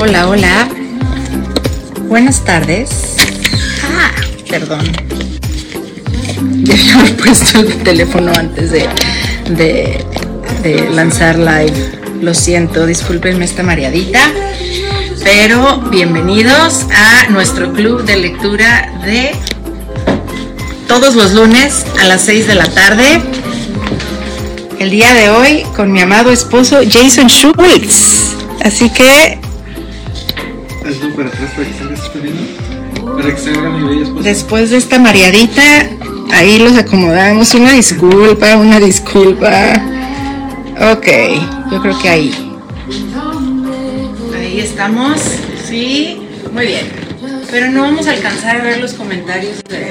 Hola, hola. Buenas tardes. Perdón. Debí haber puesto el teléfono antes de lanzar live. Lo siento, discúlpenme esta mareadita. Pero bienvenidos a nuestro club de lectura de todos los lunes a las 6 de la tarde. El día de hoy con mi amado esposo Jason Schultz. Así que... Hazlo para atrás para que salgas viendo. Para que se haga mi bella esposa. Después de esta mareadita, ahí los acomodamos. Una disculpa. Ok, yo creo que ahí estamos. Sí, muy bien. Pero no vamos a alcanzar a ver los comentarios de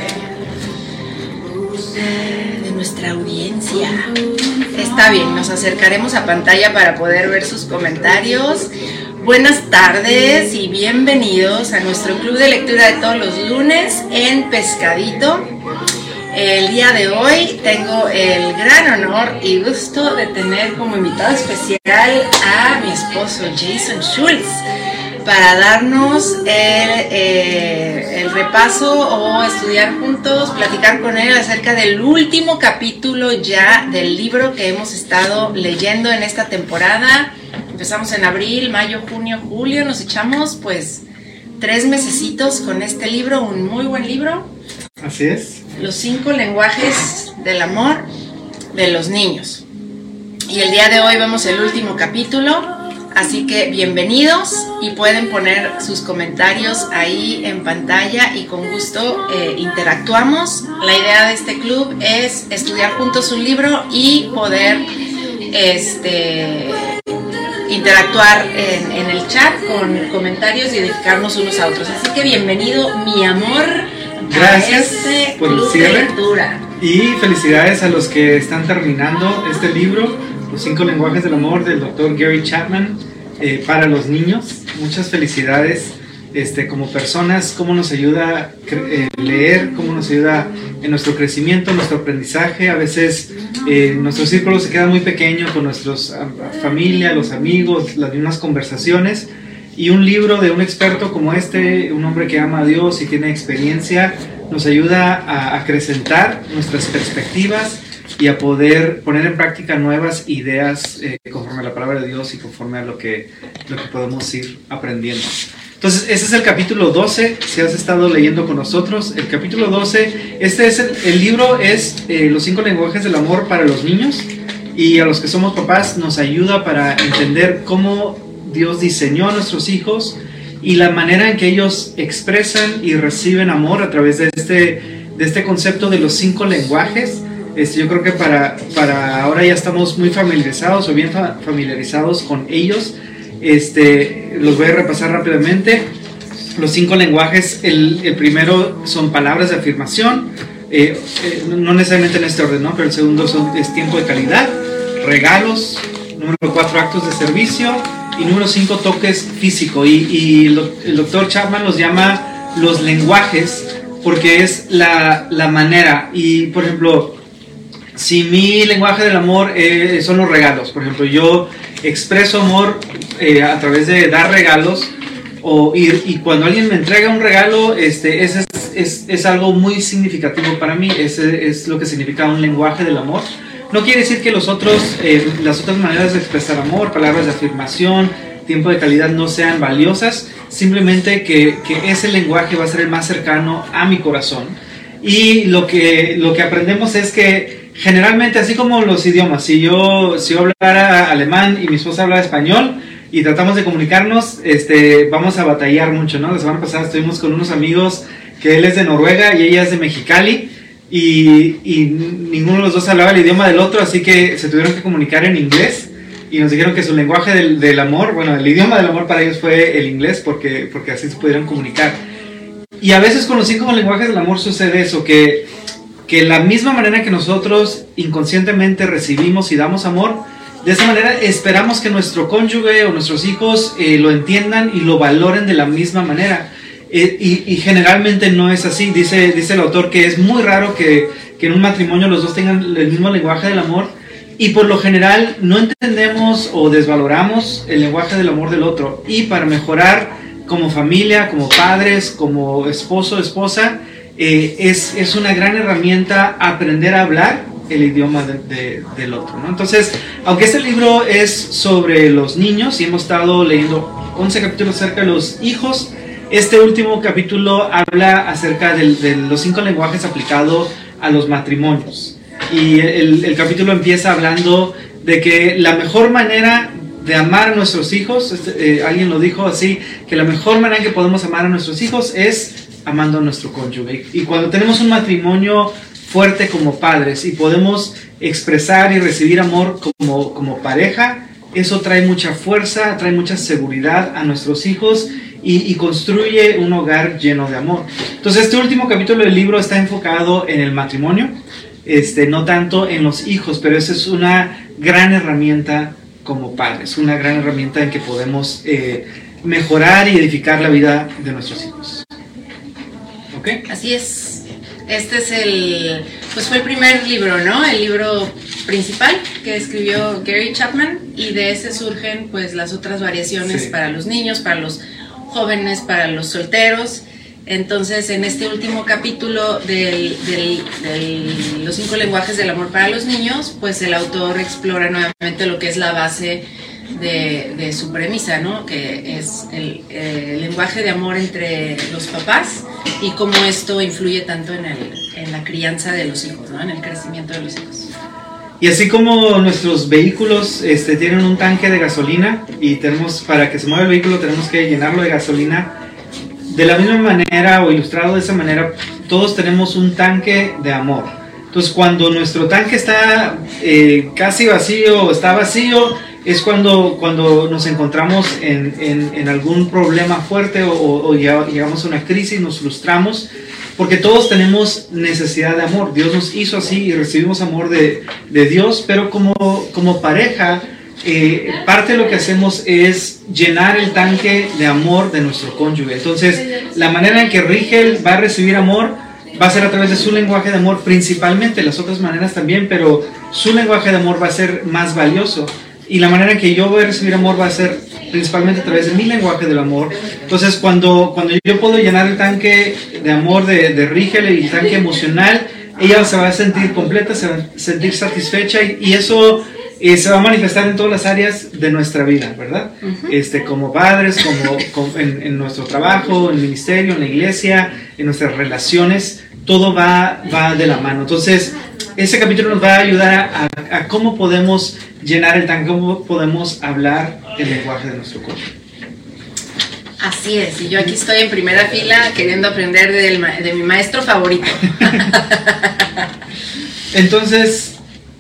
nuestra audiencia. Está bien, nos acercaremos a pantalla para poder ver sus comentarios. Buenas tardes y bienvenidos a nuestro club de lectura de todos los lunes en Pescadito. El día de hoy tengo el gran honor y gusto de tener como invitado especial a mi esposo Jason Schultz para darnos el repaso o estudiar juntos, platicar con él acerca del último capítulo ya del libro que hemos estado leyendo en esta temporada. Empezamos en abril, mayo, junio, julio, nos echamos pues 3 mesecitos con este libro, un muy buen libro. Así es. Los 5 lenguajes del amor de los niños. Y el día de hoy vemos el último capítulo. Así que bienvenidos y pueden poner sus comentarios ahí en pantalla y con gusto interactuamos. La idea de este club es estudiar juntos un libro y poder interactuar en el chat con comentarios y edificarnos unos a otros. Así que bienvenido, mi amor. Gracias por el cierre. Lectura. Y felicidades a los que están terminando este libro, Los 5 lenguajes del amor, del Dr. Gary Chapman, para los niños. Muchas felicidades como personas, cómo nos ayuda leer, cómo nos ayuda en nuestro crecimiento, en nuestro aprendizaje. A veces nuestro círculo se queda muy pequeño con nuestra familia, los amigos, las mismas conversaciones. Y un libro de un experto como un hombre que ama a Dios y tiene experiencia, nos ayuda a acrecentar nuestras perspectivas y a poder poner en práctica nuevas ideas conforme a la palabra de Dios y conforme a lo que podemos ir aprendiendo. Entonces, ese es el capítulo 12, si has estado leyendo con nosotros. El capítulo 12, el libro es Los 5 lenguajes del amor para los niños, y a los que somos papás nos ayuda para entender cómo Dios diseñó a nuestros hijos y la manera en que ellos expresan y reciben amor a través de este concepto de los 5 lenguajes. Yo creo que para ahora ya estamos muy familiarizados o bien familiarizados con ellos. Los voy a repasar rápidamente. Los 5 lenguajes, el primero son palabras de afirmación, no necesariamente en este orden, ¿no? Pero el segundo es tiempo de calidad, regalos, número 4 actos de servicio, y número 5 toques físico. Y el Dr. Chapman los llama los lenguajes porque es la manera. Y por ejemplo, si mi lenguaje del amor son los regalos, por ejemplo, yo expreso amor a través de dar regalos, y cuando alguien me entrega un regalo, ese es algo muy significativo para mí. Ese es lo que significa un lenguaje del amor. No quiere decir que las otras maneras de expresar amor, palabras de afirmación, tiempo de calidad, no sean valiosas, simplemente que ese lenguaje va a ser el más cercano a mi corazón. Y lo que aprendemos es que generalmente, así como los idiomas, si yo hablara alemán y mi esposa habla español y tratamos de comunicarnos, vamos a batallar mucho, ¿no? La semana pasada estuvimos con unos amigos que él es de Noruega y ella es de Mexicali, y ninguno de los dos hablaba el idioma del otro, así que se tuvieron que comunicar en inglés, y nos dijeron que su lenguaje del amor, bueno, el idioma del amor para ellos fue el inglés, porque así se pudieron comunicar. Y a veces con los 5 lenguajes del amor sucede eso, que la misma manera que nosotros inconscientemente recibimos y damos amor, de esa manera esperamos que nuestro cónyuge o nuestros hijos lo entiendan y lo valoren de la misma manera. Y generalmente no es así. Dice el autor que es muy raro que en un matrimonio los dos tengan el mismo lenguaje del amor, y por lo general no entendemos o desvaloramos el lenguaje del amor del otro. Y para mejorar como familia, como padres, como esposo, esposa, es una gran herramienta aprender a hablar el idioma del otro, ¿no? Entonces, aunque este libro es sobre los niños y hemos estado leyendo 11 capítulos acerca de los hijos, este último capítulo habla acerca de los 5 lenguajes aplicados a los matrimonios. Y el capítulo empieza hablando de que la mejor manera de amar a nuestros hijos, alguien lo dijo así, que la mejor manera en que podemos amar a nuestros hijos es amando a nuestro cónyuge. Y cuando tenemos un matrimonio fuerte como padres y podemos expresar y recibir amor como pareja, eso trae mucha fuerza, trae mucha seguridad a nuestros hijos y construye un hogar lleno de amor. Entonces este último capítulo del libro está enfocado en el matrimonio, no tanto en los hijos, pero esa es una gran herramienta como padres, una gran herramienta en que podemos mejorar y edificar la vida de nuestros hijos. ¿Ok? Así es. Este es fue el primer libro, ¿no? El libro principal que escribió Gary Chapman, y de ese surgen pues las otras variaciones para los niños, para los jóvenes, para los solteros. Entonces, en este último capítulo de los 5 lenguajes del amor para los niños, pues el autor explora nuevamente lo que es la base de su premisa, ¿no? Que es el lenguaje de amor entre los papás y cómo esto influye tanto en la crianza de los hijos, ¿no? En el crecimiento de los hijos. Y así como nuestros vehículos tienen un tanque de gasolina y para que se mueva el vehículo tenemos que llenarlo de gasolina, de la misma manera o ilustrado de esa manera, todos tenemos un tanque de amor. Entonces cuando nuestro tanque está casi vacío o está vacío, es cuando nos encontramos en algún problema fuerte o llegamos a una crisis, nos frustramos, porque todos tenemos necesidad de amor. Dios nos hizo así y recibimos amor de Dios, pero como pareja, parte de lo que hacemos es llenar el tanque de amor de nuestro cónyuge. Entonces, la manera en que Rigel va a recibir amor va a ser a través de su lenguaje de amor, principalmente, las otras maneras también, pero su lenguaje de amor va a ser más valioso. Y la manera en que yo voy a recibir amor va a ser principalmente a través de mi lenguaje del amor. Entonces, cuando yo puedo llenar el tanque de amor de Rigel y el tanque emocional, ella se va a sentir completa, se va a sentir satisfecha y eso se va a manifestar en todas las áreas de nuestra vida, ¿verdad? Como padres, en nuestro trabajo, en el ministerio, en la iglesia, en nuestras relaciones, todo va de la mano. Entonces, ese capítulo nos va a ayudar a cómo podemos llenar el tanque, cómo podemos hablar el lenguaje de nuestro cónyuge. Así es, y yo aquí estoy en primera fila queriendo aprender de mi maestro favorito. Entonces,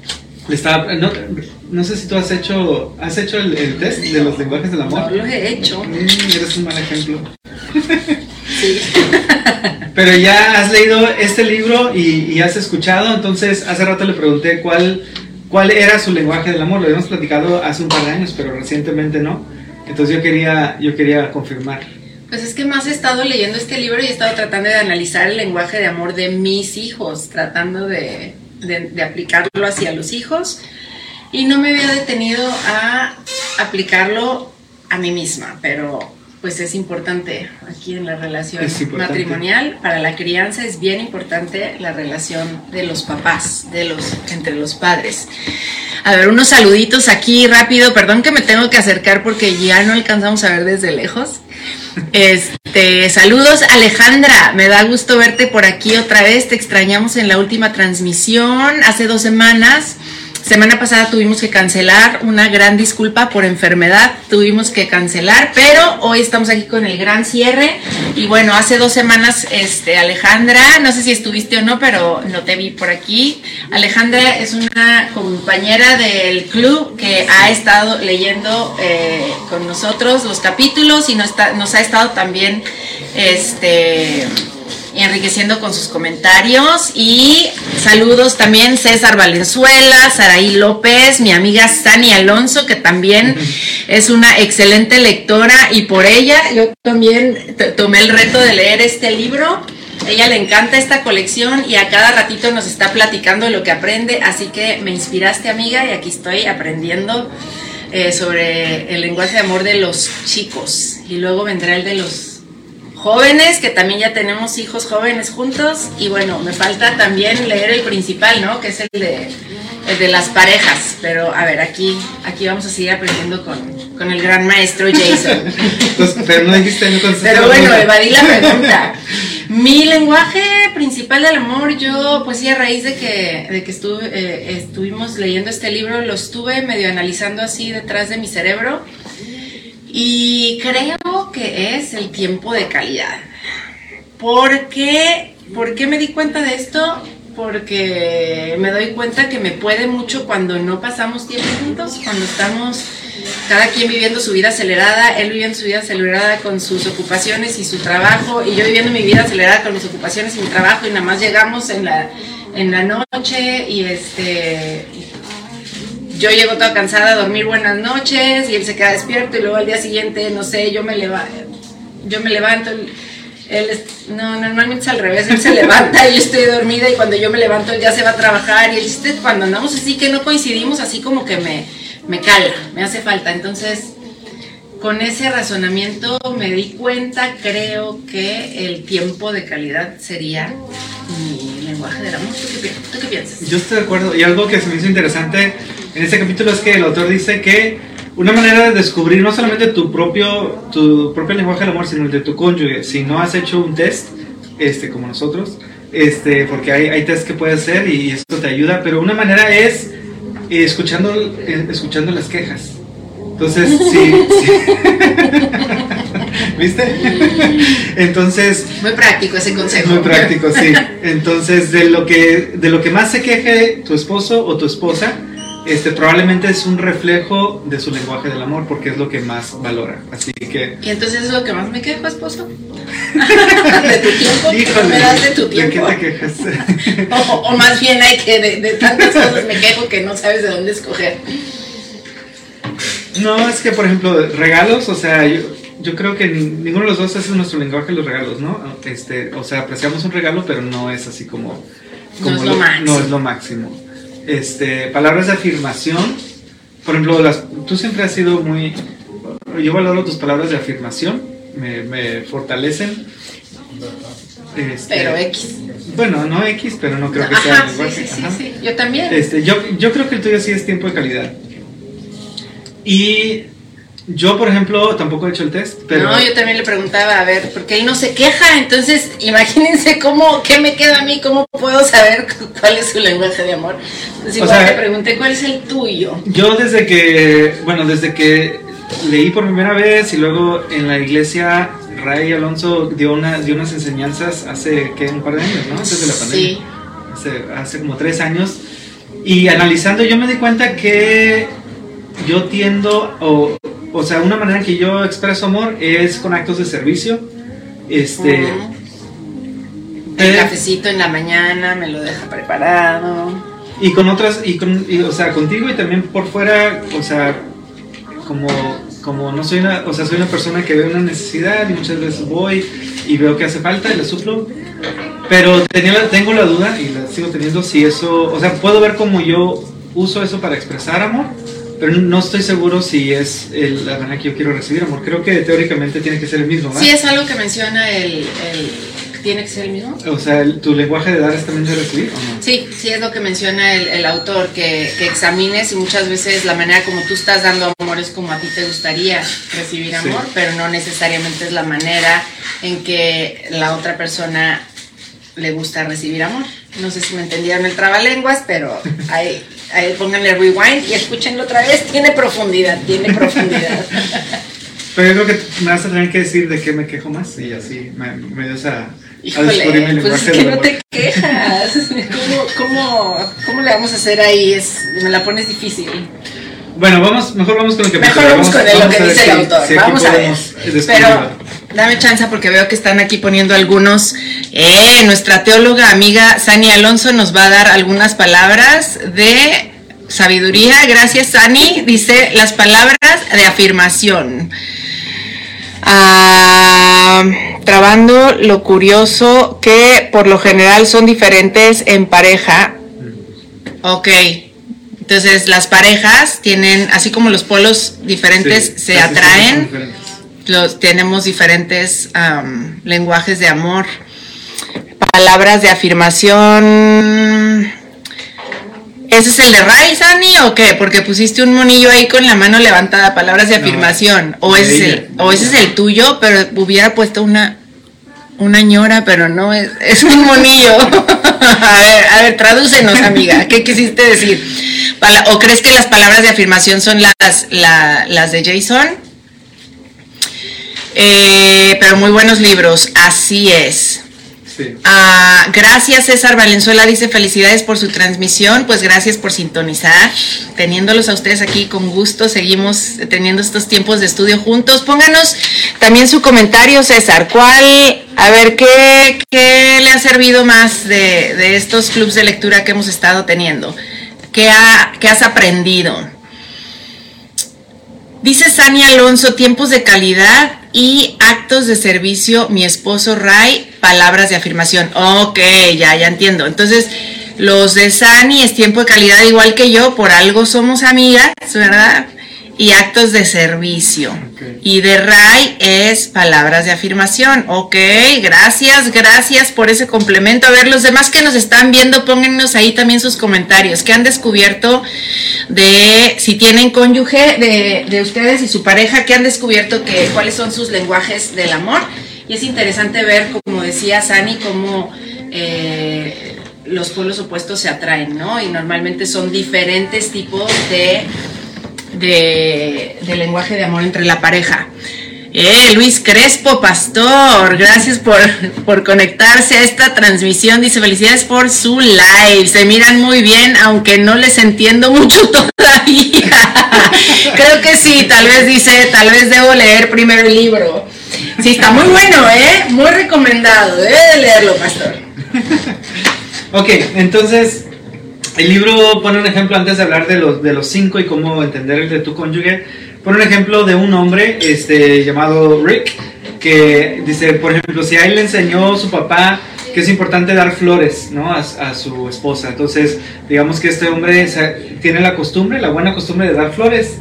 no sé si tú has hecho el test de los lenguajes del amor. No lo he hecho. Eres un mal ejemplo. Sí. Pero ya has leído este libro y has escuchado. Entonces hace rato le pregunté cuál era su lenguaje del amor. Lo habíamos platicado hace un par de años, pero recientemente no. Entonces yo quería confirmar. Pues es que más he estado leyendo este libro y he estado tratando de analizar el lenguaje de amor de mis hijos, tratando de aplicarlo hacia los hijos, y no me había detenido a aplicarlo a mí misma, pero pues es importante aquí en la relación matrimonial. Para la crianza es bien importante la relación de los papás, entre los padres. A ver, unos saluditos aquí rápido, perdón que me tengo que acercar porque ya no alcanzamos a ver desde lejos. Saludos Alejandra, me da gusto verte por aquí otra vez, te extrañamos en la última transmisión hace 2 semanas. Semana pasada tuvimos que cancelar, una gran disculpa por enfermedad, tuvimos que cancelar, pero hoy estamos aquí con el gran cierre. Y bueno, hace 2 semanas, Alejandra, no sé si estuviste o no, pero no te vi por aquí. Alejandra es una compañera del club que ha estado leyendo con nosotros los capítulos y nos ha estado también enriqueciendo con sus comentarios. Y saludos también César Valenzuela, Saraí López, mi amiga Sani Alonso, que también es una excelente lectora, y por ella yo también tomé el reto de leer este libro. Ella le encanta esta colección y a cada ratito nos está platicando lo que aprende, así que me inspiraste, amiga, y aquí estoy aprendiendo sobre el lenguaje de amor de los chicos. Y luego vendrá el de los jóvenes, que también ya tenemos hijos jóvenes juntos. Y bueno, me falta también leer el principal, ¿no? Que es el de las parejas. Pero a ver, aquí vamos a seguir aprendiendo con el gran maestro Jason. Pues, pero no dijiste, no contestaste. Pero bueno, evadí la pregunta. Mi lenguaje principal del amor, yo pues sí, a raíz de que estuvimos leyendo este libro, lo estuve medio analizando así detrás de mi cerebro y creo que es el tiempo de calidad. ¿Por qué me di cuenta de esto? Porque me doy cuenta que me puede mucho cuando no pasamos tiempo juntos, cuando estamos cada quien viviendo su vida acelerada, él viviendo su vida acelerada con sus ocupaciones y su trabajo, y yo viviendo mi vida acelerada con mis ocupaciones y mi trabajo, y nada más llegamos en la noche y yo llego toda cansada a dormir buenas noches y él se queda despierto y luego al día siguiente, no sé, yo me levanto, no, normalmente es al revés, él se levanta y yo estoy dormida y cuando yo me levanto él ya se va a trabajar y el chiste cuando andamos así que no coincidimos, así como que me cala, me hace falta. Entonces, con ese razonamiento me di cuenta, creo que el tiempo de calidad sería mi lenguaje del amor. ¿Tú qué piensas? Yo estoy de acuerdo, y algo que se me hizo interesante en este capítulo es que el autor dice que una manera de descubrir no solamente tu propio lenguaje del amor, sino el de tu cónyuge, si no has hecho un test, como nosotros, porque hay test que puedes hacer y esto te ayuda, pero una manera es escuchando las quejas. Entonces, sí. ¿Viste? Entonces, muy práctico ese consejo. Muy práctico, sí. Entonces, de lo que más se queje tu esposo o tu esposa, probablemente es un reflejo de su lenguaje del amor, porque es lo que más valora. Así que. ¿Y entonces es lo que más me quejo, esposo? ¿De tu tiempo? Híjole, ¿Me das de tu tiempo? ¿de qué te quejas? o más bien hay que de tantas cosas me quejo que no sabes de dónde escoger. No, es que por ejemplo, regalos, o sea, yo creo que ninguno de los dos es nuestro lenguaje los regalos, ¿no? O sea, apreciamos un regalo, pero no es así como no es lo máximo. No es lo máximo. Palabras de afirmación, por ejemplo, tú siempre has sido muy... Yo valoro tus palabras de afirmación, me fortalecen. Pero X. Bueno, no X, pero no creo que sea el lenguaje. Sí, yo también. Yo creo que el tuyo sí es tiempo de calidad. Y yo, por ejemplo, tampoco he hecho el test, pero... No, yo también le preguntaba, a ver, porque él no se queja, entonces imagínense qué me queda a mí, cómo puedo saber cuál es su lenguaje de amor. Entonces igual te pregunté, ¿cuál es el tuyo? Yo desde que leí por primera vez y luego en la iglesia, Ray Alonso dio unas enseñanzas hace, un par de años, ¿no? Antes de la pandemia. Sí. Hace como 3 años. Y analizando yo me di cuenta que yo tiendo, o sea, una manera en que yo expreso amor es con actos de servicio. El cafecito en la mañana me lo deja preparado. Y con otras, o sea, contigo y también por fuera, o sea, como no soy soy una persona que ve una necesidad y muchas veces voy y veo que hace falta y la suplo. Pero tengo la duda y la sigo teniendo si eso, o sea, puedo ver cómo yo uso eso para expresar amor, pero no estoy seguro si es la manera que yo quiero recibir amor. Creo que teóricamente tiene que ser el mismo, ¿verdad? Sí, es algo que menciona ¿tiene que ser el mismo? O sea, ¿tu lenguaje de dar es también de recibir o no? Sí, es lo que menciona el autor, que examines y muchas veces la manera como tú estás dando amor es como a ti te gustaría recibir amor, sí, pero no necesariamente es la manera en que la otra persona le gusta recibir amor. No sé si me entendieron el trabalenguas, pero ahí pónganle rewind y escúchenlo otra vez. Tiene profundidad. Pero yo creo que me vas a tener que decir de qué me quejo más y así me dio esa... Híjole, pues es que no te quejas. ¿Cómo le vamos a hacer ahí? Me la pones difícil. Bueno, mejor vamos con lo que vamos con lo que dice el autor. Vamos a ver. Pero dame chance porque veo que están aquí poniendo algunos. Nuestra teóloga amiga Sani Alonso nos va a dar algunas palabras de sabiduría. Gracias, Sani. Dice las palabras de afirmación. observando lo curioso que por lo general son diferentes en pareja. Ok, entonces las parejas tienen, así como los polos diferentes se atraen, tenemos diferentes lenguajes de amor, palabras de afirmación. ¿Ese es el de Ray, Sani, o qué? Porque pusiste un monillo ahí con la mano levantada, palabras de afirmación. O ese es el tuyo, pero hubiera puesto una ñora, pero no, es un monillo. A ver, tradúcenos, amiga. ¿Qué quisiste decir? ¿O crees que las palabras de afirmación son las de Jason? Pero muy buenos libros, así es. Sí. Gracias, César Valenzuela dice felicidades por su transmisión. Pues gracias por sintonizar, teniéndolos a ustedes aquí con gusto. Seguimos teniendo estos tiempos de estudio juntos. Pónganos también su comentario, César. A ver, ¿qué le ha servido más de estos clubs de lectura que hemos estado teniendo? ¿Qué has aprendido? Dice Sani Alonso, tiempos de calidad y actos de servicio, mi esposo Ray, palabras de afirmación. Ok, ya entiendo. Entonces, los de Sani es tiempo de calidad igual que yo, por algo somos amigas, ¿verdad? Y actos de servicio. Okay. Y de Ray es palabras de afirmación. Ok, gracias por ese complemento. A ver, los demás que nos están viendo, póngannos ahí también sus comentarios. ¿Qué han descubierto si tienen cónyuge de ustedes y su pareja? ¿Qué han descubierto cuáles son sus lenguajes del amor? Y es interesante ver, como decía Sani, cómo los polos opuestos se atraen, ¿no? Y normalmente son diferentes tipos de lenguaje de amor entre la pareja. Luis Crespo, pastor, gracias por conectarse a esta transmisión. Dice felicidades por su live, se miran muy bien, aunque no les entiendo mucho todavía. Creo que sí, tal vez debo leer primero el libro. Sí, está muy bueno, muy recomendado, debe de leerlo, pastor. Ok, entonces el libro pone un ejemplo, antes de hablar de los 5 y cómo entender el de tu cónyuge. Pone un ejemplo de un hombre llamado Rick, que dice, por ejemplo, si a él le enseñó su papá que es importante dar flores, ¿no? a su esposa. Entonces, digamos que este hombre tiene la buena costumbre de dar flores,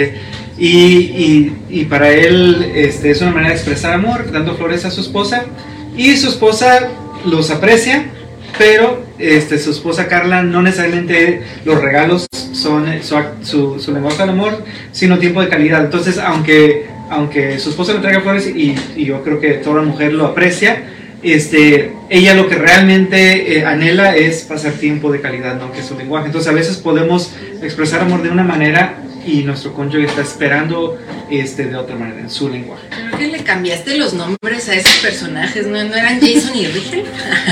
y para él es una manera de expresar amor, dando flores a su esposa, y su esposa los aprecia, pero su esposa Carla no necesariamente los regalos son su lenguaje del amor, sino tiempo de calidad. Entonces, aunque su esposa le traiga flores y yo creo que toda mujer lo aprecia, ella lo que realmente anhela es pasar tiempo de calidad, ¿no? Que es su lenguaje. Entonces, a veces podemos expresar amor de una manera y nuestro cónyuge está esperando de otra manera, en su lenguaje. Creo que le cambiaste los nombres a esos personajes, ¿no eran Jason y Richard?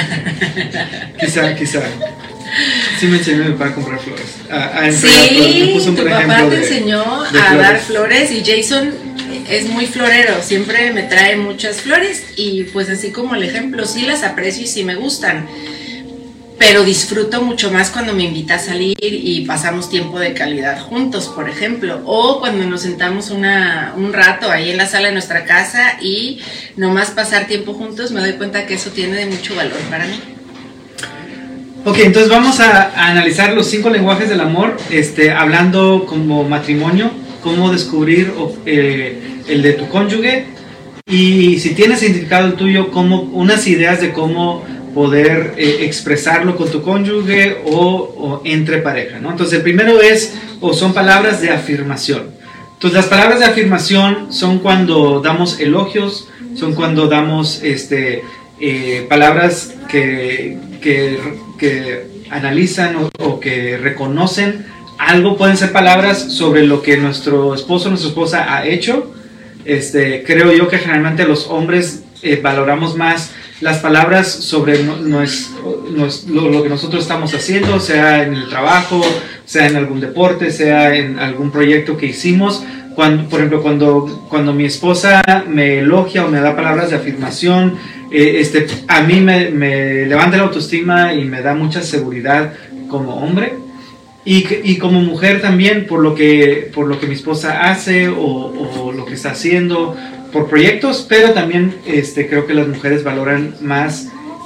Quizá. Sí me enseñó a mi papá a comprar flores. Sí, tu papá te enseñó a dar flores, y Jason es muy florero, siempre me trae muchas flores, y pues así como el ejemplo, sí las aprecio y sí me gustan, pero disfruto mucho más cuando me invita a salir y pasamos tiempo de calidad juntos, por ejemplo, o cuando nos sentamos un rato ahí en la sala de nuestra casa y nomás pasar tiempo juntos. Me doy cuenta que eso tiene de mucho valor para mí. Ok, entonces vamos a analizar los 5 lenguajes del amor, hablando como matrimonio, cómo descubrir el de tu cónyuge, y si tienes identificado el tuyo, unas ideas de cómo poder expresarlo con tu cónyuge o entre pareja, ¿no? Entonces el primero son palabras de afirmación. Entonces las palabras de afirmación son cuando damos elogios, son cuando damos palabras que analizan o que reconocen algo. Pueden ser palabras sobre lo que nuestro esposo o nuestra esposa ha hecho. Creo yo que generalmente los hombres valoramos más las palabras sobre lo que nosotros estamos haciendo, sea en el trabajo, sea en algún deporte, sea en algún proyecto que hicimos. Por ejemplo, cuando mi esposa me elogia o me da palabras de afirmación, a mí me levanta la autoestima y me da mucha seguridad como hombre, y como mujer también, por lo que mi esposa hace o lo que está haciendo, por proyectos, pero también creo que las mujeres valoran más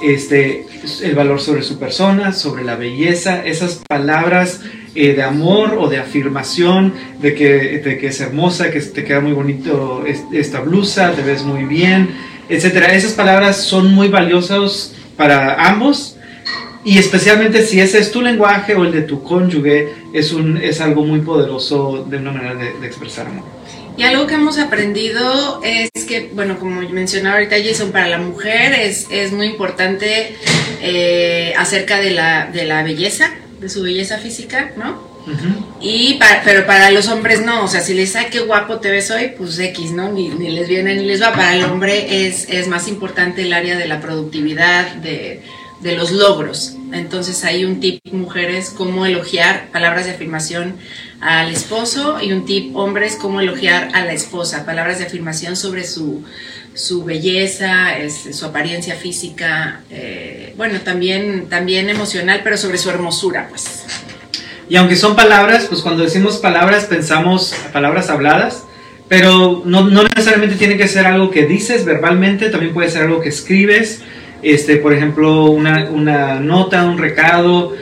el valor sobre su persona, sobre la belleza, esas palabras de amor o de afirmación, de que es hermosa, que te queda muy bonito esta blusa, te ves muy bien, etcétera. Esas palabras son muy valiosas para ambos, y especialmente si ese es tu lenguaje o el de tu cónyuge, es algo muy poderoso de una manera de expresar amor. Y algo que hemos aprendido es que, bueno, como mencionaba ahorita Jason, para la mujer es muy importante acerca de la belleza, de su belleza física, ¿no? Uh-huh. Pero para los hombres no, o sea, si les dices, ay, qué guapo te ves hoy, pues X, ¿no? Ni les viene ni les va. Para el hombre es más importante el área de la productividad, de los logros. Entonces hay un tip, mujeres, cómo elogiar, palabras de afirmación al esposo, y un tip, hombres, cómo elogiar a la esposa, palabras de afirmación sobre su belleza, su apariencia física, bueno, también emocional, pero sobre su hermosura, pues. Y aunque son palabras, pues cuando decimos palabras pensamos palabras habladas, pero no necesariamente tiene que ser algo que dices verbalmente, también puede ser algo que escribes. Por ejemplo, una nota, un recado.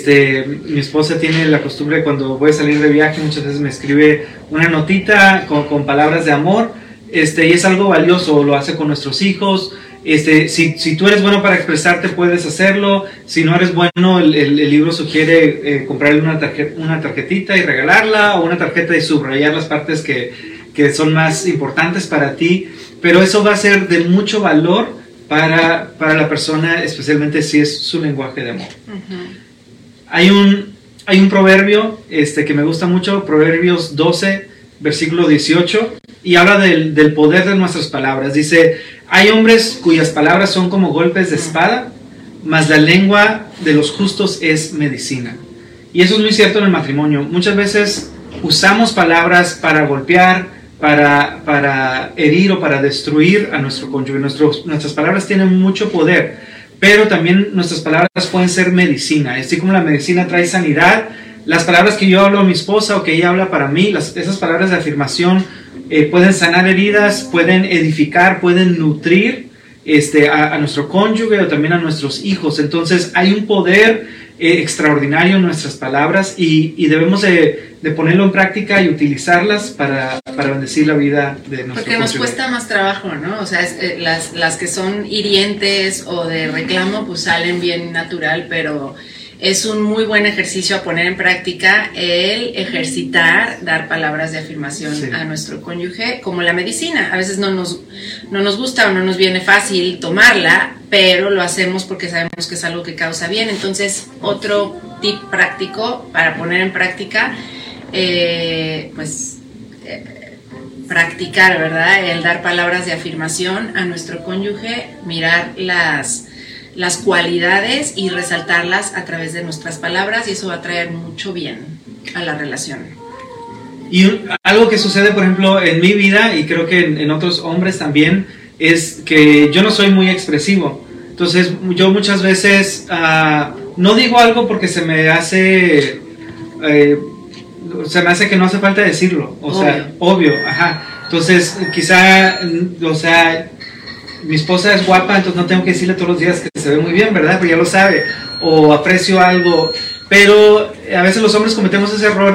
Mi esposa tiene la costumbre, cuando voy a salir de viaje, muchas veces me escribe una notita con palabras de amor, y es algo valioso. Lo hace con nuestros hijos. Si tú eres bueno para expresarte, puedes hacerlo. Si no eres bueno, el libro sugiere comprarle una tarjetita y regalarla, o una tarjeta y subrayar las partes que son más importantes para ti, pero eso va a ser de mucho valor para la persona, especialmente si es su lenguaje de amor. Uh-huh. Hay un proverbio que me gusta mucho, Proverbios 12, versículo 18, y habla del poder de nuestras palabras. Dice, hay hombres cuyas palabras son como golpes de espada, mas la lengua de los justos es medicina. Y eso es muy cierto en el matrimonio. Muchas veces usamos palabras para golpear, para herir o para destruir a nuestro cónyuge. Nuestras palabras tienen mucho poder, pero también nuestras palabras pueden ser medicina. Así como la medicina trae sanidad, las palabras que yo hablo a mi esposa o que ella habla para mí, esas palabras de afirmación pueden sanar heridas, pueden edificar, pueden nutrir a nuestro cónyuge o también a nuestros hijos. Entonces hay un poder extraordinario en nuestras palabras, y debemos de ponerlo en práctica y utilizarlas para bendecir la vida de nuestro Porque nos cuesta más trabajo, ¿no? O sea, las que son hirientes o de reclamo, pues salen bien natural, pero es un muy buen ejercicio a poner en práctica el ejercitar, dar palabras de afirmación, sí, a nuestro cónyuge, como la medicina. A veces no nos gusta o no nos viene fácil tomarla, pero lo hacemos porque sabemos que es algo que causa bien. Entonces, otro tip práctico para poner en práctica, practicar, ¿verdad? El dar palabras de afirmación a nuestro cónyuge, mirar las cualidades y resaltarlas a través de nuestras palabras, y eso va a traer mucho bien a la relación. Y algo que sucede, por ejemplo, en mi vida, y creo que en otros hombres también, es que yo no soy muy expresivo. Entonces yo muchas veces no digo algo porque se me hace que no hace falta decirlo, sea, obvio, ajá. Entonces quizá, mi esposa es guapa, entonces no tengo que decirle todos los días que se ve muy bien, ¿verdad? Pero ya lo sabe. O aprecio algo. Pero a veces los hombres cometemos ese error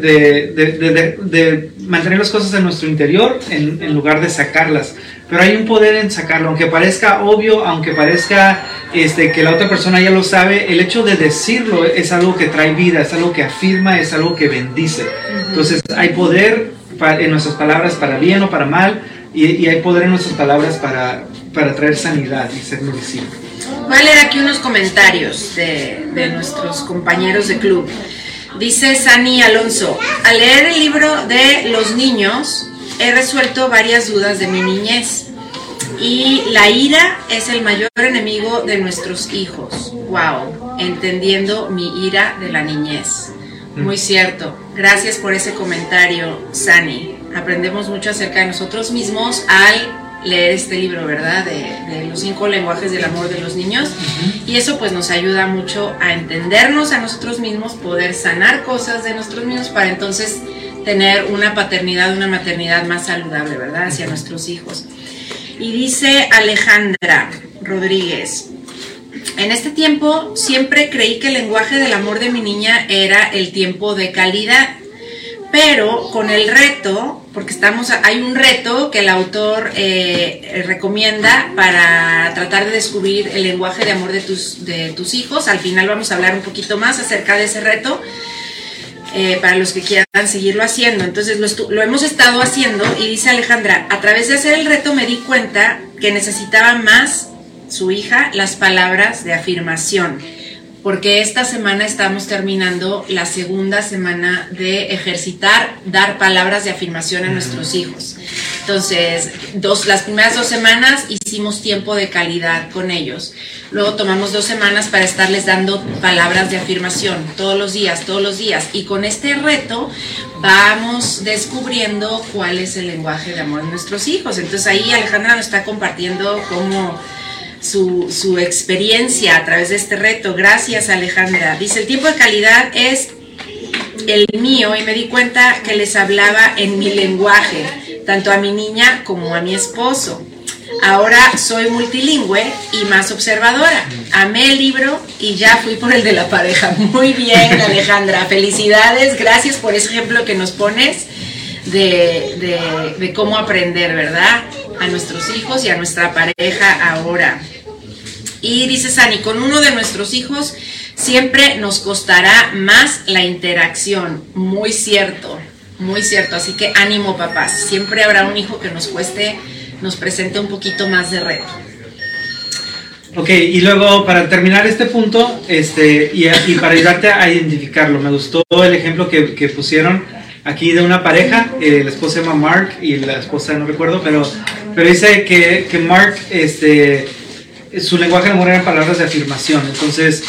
de mantener las cosas en nuestro interior en lugar de sacarlas. Pero hay un poder en sacarlo, aunque parezca obvio, aunque parezca que la otra persona ya lo sabe. El hecho de decirlo es algo que trae vida, es algo que afirma, es algo que bendice. Uh-huh. Entonces hay poder en nuestras palabras para bien o para mal, y hay poder en nuestras palabras para traer sanidad y ser medicina. Voy a leer aquí unos comentarios de nuestros compañeros de club. Dice Sani Alonso: al leer el libro de los niños he resuelto varias dudas de mi niñez, y la ira es el mayor enemigo de nuestros hijos. Wow, entendiendo mi ira de la niñez. Muy cierto. Gracias por ese comentario, Sani. Aprendemos mucho acerca de nosotros mismos al leer este libro, ¿verdad? De los 5 lenguajes del amor de los niños. Uh-huh. Y eso pues nos ayuda mucho a entendernos a nosotros mismos, poder sanar cosas de nosotros mismos, para entonces tener una paternidad, una maternidad más saludable, ¿verdad? Hacia nuestros hijos. Y dice Alejandra Rodríguez: en este tiempo siempre creí que el lenguaje del amor de mi niña era el tiempo de calidad, pero con el reto, porque hay un reto que el autor recomienda para tratar de descubrir el lenguaje de amor de tus hijos. Al final vamos a hablar un poquito más acerca de ese reto, para los que quieran seguirlo haciendo. Entonces lo hemos estado haciendo, y dice Alejandra: a través de hacer el reto me di cuenta que necesitaba más su hija las palabras de afirmación, porque esta semana estamos terminando la segunda semana de ejercitar, dar palabras de afirmación a nuestros hijos. Entonces, las primeras 2 semanas hicimos tiempo de calidad con ellos. Luego tomamos 2 semanas para estarles dando palabras de afirmación todos los días. Y con este reto vamos descubriendo cuál es el lenguaje de amor de nuestros hijos. Entonces ahí Alejandra nos está compartiendo cómo su experiencia a través de este reto. Gracias, Alejandra. Dice: el tiempo de calidad es el mío, y me di cuenta que les hablaba en mi lenguaje, tanto a mi niña como a mi esposo. Ahora soy multilingüe y más observadora. Amé el libro y ya fui por el de la pareja. Muy bien, Alejandra, felicidades, gracias por ese ejemplo que nos pones de cómo aprender, ¿verdad?, a nuestros hijos y a nuestra pareja ahora. Y dice Sani: con uno de nuestros hijos siempre nos costará más la interacción. Muy cierto, así que ánimo, papás, siempre habrá un hijo que nos presente un poquito más de reto. Ok, y luego para terminar este punto, y para ayudarte a identificarlo, me gustó el ejemplo que pusieron aquí de una pareja. La esposa se llama Mark y la esposa no recuerdo, pero dice que Mark, su lenguaje de amor eran palabras de afirmación. Entonces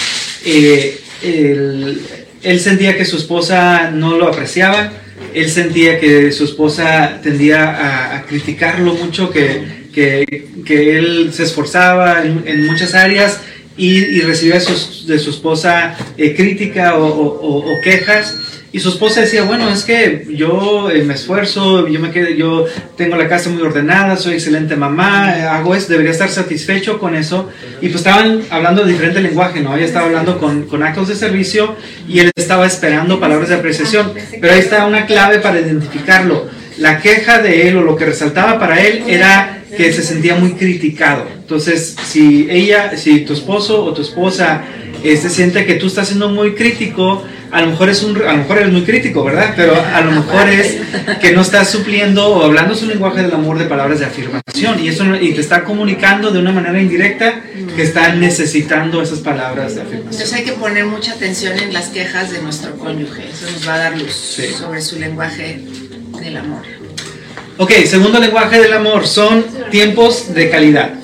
él sentía que su esposa no lo apreciaba, él sentía que su esposa tendía a criticarlo mucho, que él se esforzaba en muchas áreas y recibía de su esposa crítica o quejas. Y su esposa decía: bueno, es que yo me esfuerzo, yo tengo la casa muy ordenada, soy excelente mamá, hago esto, debería estar satisfecho con eso. Y pues estaban hablando de diferente lenguaje, ¿no? Ella estaba hablando con actos de servicio y él estaba esperando palabras de apreciación. Pero ahí está una clave para identificarlo. La queja de él, o lo que resaltaba para él, era que se sentía muy criticado. Entonces, si tu esposo o tu esposa siente que tú estás siendo muy crítico, a lo mejor eres muy crítico, ¿verdad? Pero a lo mejor es que no estás supliendo o hablando su lenguaje del amor de palabras de afirmación, y te está comunicando de una manera indirecta que está necesitando esas palabras de afirmación. Entonces hay que poner mucha atención en las quejas de nuestro cónyuge. Eso nos va a dar luz sobre su lenguaje del amor. Ok, segundo lenguaje del amor son tiempos de calidad.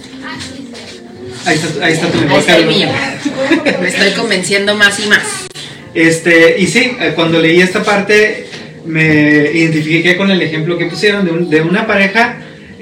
Ahí está tu lenguaje del amor. Me estoy convenciendo más y más. Y sí, cuando leí esta parte me identifiqué con el ejemplo que pusieron de una pareja,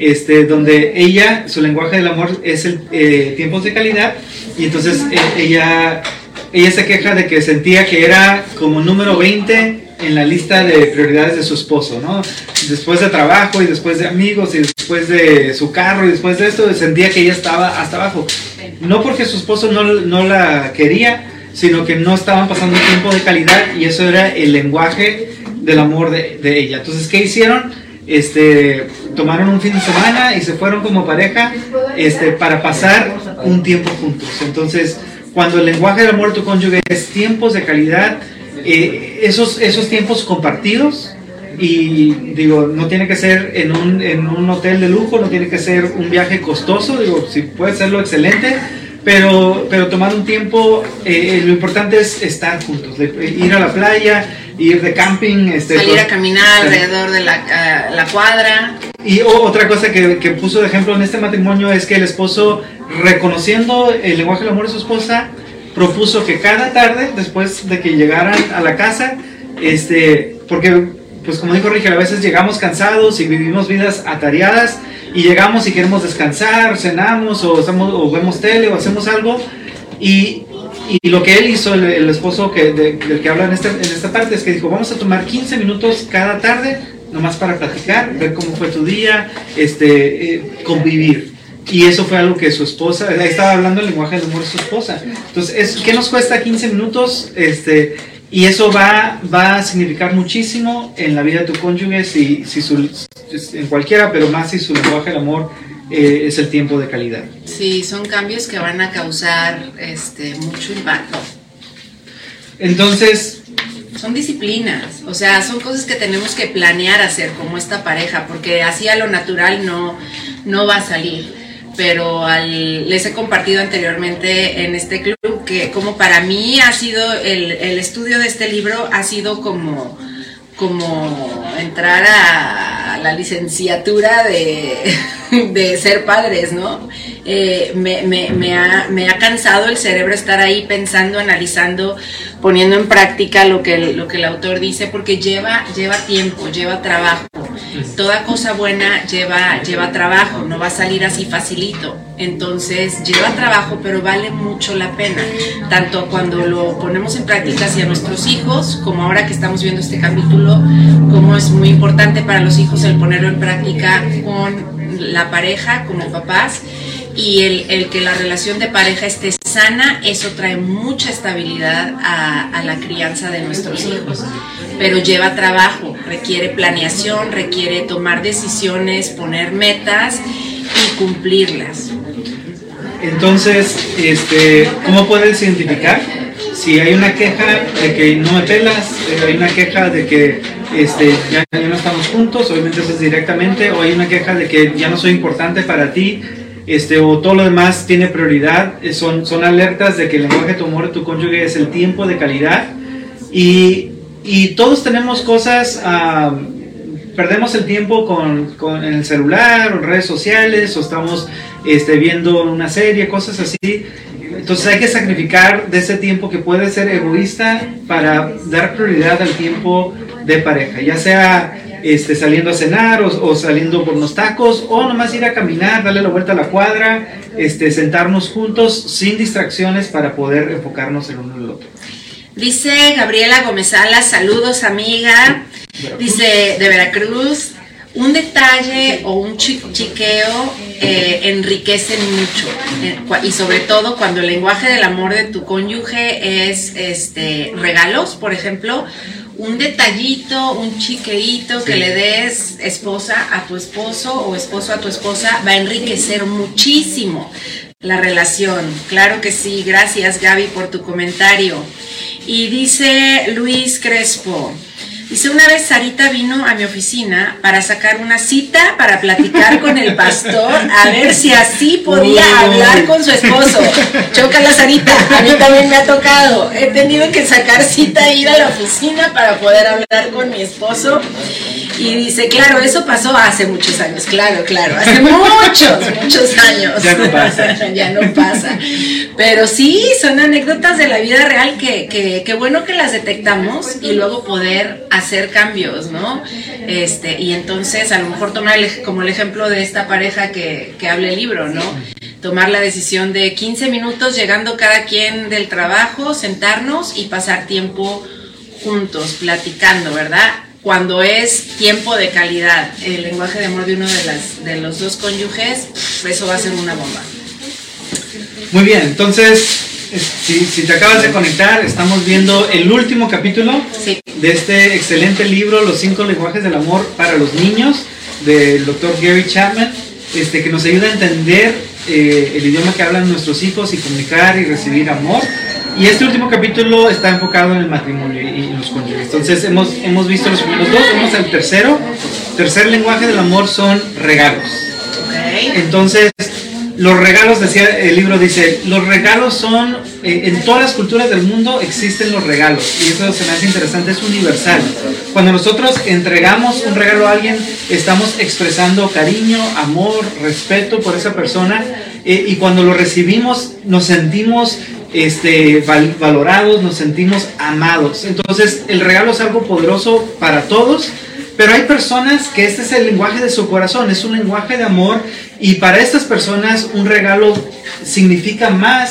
donde su lenguaje del amor es tiempos de calidad, y entonces ella se queja de que sentía que era como número 20 en la lista de prioridades de su esposo, ¿no? Después de trabajo y después de amigos y después de su carro y después de esto, sentía que ella estaba hasta abajo. No porque su esposo no la quería, sino que no estaban pasando tiempo de calidad, y eso era el lenguaje del amor de ella. Entonces, ¿qué hicieron? Tomaron un fin de semana y se fueron como pareja para pasar un tiempo juntos. Entonces, cuando el lenguaje del amor de tu cónyuge es tiempos de calidad, esos tiempos compartidos, y digo, no tiene que ser en un hotel de lujo, no tiene que ser un viaje costoso, digo, si puede serlo, excelente, pero tomar un tiempo, lo importante es estar juntos, ir a la playa, ir de camping, salir a caminar alrededor de la cuadra. Y otra cosa que puso de ejemplo en este matrimonio es que el esposo, reconociendo el lenguaje del amor de su esposa, propuso que cada tarde, después de que llegaran a la casa, porque, pues como dijo Rigel, a veces llegamos cansados y vivimos vidas atareadas, y llegamos y queremos descansar, cenamos, o vemos tele, o hacemos algo, y Y lo que él hizo, el esposo del que habla en esta parte, es que dijo, vamos a tomar 15 minutos cada tarde, nomás para platicar, ver cómo fue tu día, convivir. Y eso fue algo que su esposa, ahí estaba hablando el lenguaje del amor de su esposa. Entonces, ¿qué nos cuesta 15 minutos? Y eso va a significar muchísimo en la vida de tu cónyuge, en cualquiera, pero más si su lenguaje del amor es el tiempo de calidad. Sí, son cambios que van a causar mucho impacto. Entonces, son disciplinas, o sea, son cosas que tenemos que planear hacer como esta pareja, porque así a lo natural no va a salir. Pero les he compartido anteriormente en este club que como para mí ha sido el estudio de este libro ha sido como entrar a la licenciatura de ser padres, ¿no? Me ha cansado el cerebro estar ahí pensando, analizando, poniendo en práctica lo que el autor dice, porque lleva tiempo, lleva trabajo. Toda cosa buena lleva trabajo, no va a salir así facilito. Entonces lleva trabajo, pero vale mucho la pena, tanto cuando lo ponemos en práctica hacia nuestros hijos, como ahora que estamos viendo este capítulo, como es muy importante para los hijos el ponerlo en práctica con la pareja, como papás, y el que la relación de pareja esté sana, eso trae mucha estabilidad a la crianza de nuestros hijos. Pero lleva trabajo, requiere planeación, requiere tomar decisiones, poner metas y cumplirlas. Entonces, ¿cómo puedes identificar? Si hay una queja de que no me pelas, hay una queja de que ya no estamos juntos, obviamente eso es directamente, o hay una queja de que ya no soy importante para ti, o todo lo demás tiene prioridad, son alertas de que el lenguaje de tu amor de tu cónyuge es el tiempo de calidad. Y todos tenemos cosas, perdemos el tiempo en el celular, o en redes sociales, o estamos viendo una serie, cosas así. Entonces hay que sacrificar de ese tiempo que puede ser egoísta para dar prioridad al tiempo de pareja, ya sea saliendo a cenar o saliendo por unos tacos, o nomás ir a caminar, darle la vuelta a la cuadra, sentarnos juntos sin distracciones para poder enfocarnos el uno en el otro. Dice Gabriela Gómez Salas, saludos amiga, dice de Veracruz, un detalle o un chiqueo enriquecen mucho, y sobre todo cuando el lenguaje del amor de tu cónyuge es regalos, por ejemplo, un detallito, un chiqueíto que le des esposa a tu esposo o esposo a tu esposa va a enriquecer muchísimo la relación. Claro que sí, gracias Gaby por tu comentario. Y dice Luis Crespo, dice, una vez Sarita vino a mi oficina para sacar una cita para platicar con el pastor, a ver si así podía hablar con su esposo. Chócala Sarita, a mí también me ha tocado. He tenido que sacar cita e ir a la oficina para poder hablar con mi esposo. Y dice, claro, eso pasó hace muchos años, claro, hace muchos años. Ya no pasa. Ya no pasa. Pero sí, son anécdotas de la vida real que bueno que las detectamos y luego poder hacer cambios, ¿no? Y entonces a lo mejor tomar como el ejemplo de esta pareja que habla el libro, ¿no? Tomar la decisión de 15 minutos llegando cada quien del trabajo, sentarnos y pasar tiempo juntos, platicando, ¿verdad? Cuando es tiempo de calidad, el lenguaje de amor de uno de los dos cónyuges, eso va a ser una bomba. Muy bien, entonces, si te acabas de conectar, estamos viendo el último capítulo de este excelente libro, Los 5 lenguajes del amor para los niños, del Dr. Gary Chapman, que nos ayuda a entender el idioma que hablan nuestros hijos y comunicar y recibir amor. Y este último capítulo está enfocado en el matrimonio y los cónyuges. Entonces hemos visto los primeros dos, vamos al tercero. Tercer lenguaje del amor son regalos. Entonces, los regalos, decía el libro, dice, los regalos son, en todas las culturas del mundo existen los regalos. Y eso se me hace interesante, es universal. Cuando nosotros entregamos un regalo a alguien, estamos expresando cariño, amor, respeto por esa persona. Y cuando lo recibimos, nos sentimos valorados, nos sentimos amados. Entonces el regalo es algo poderoso para todos, pero hay personas que este es el lenguaje de su corazón, es un lenguaje de amor, y para estas personas un regalo significa más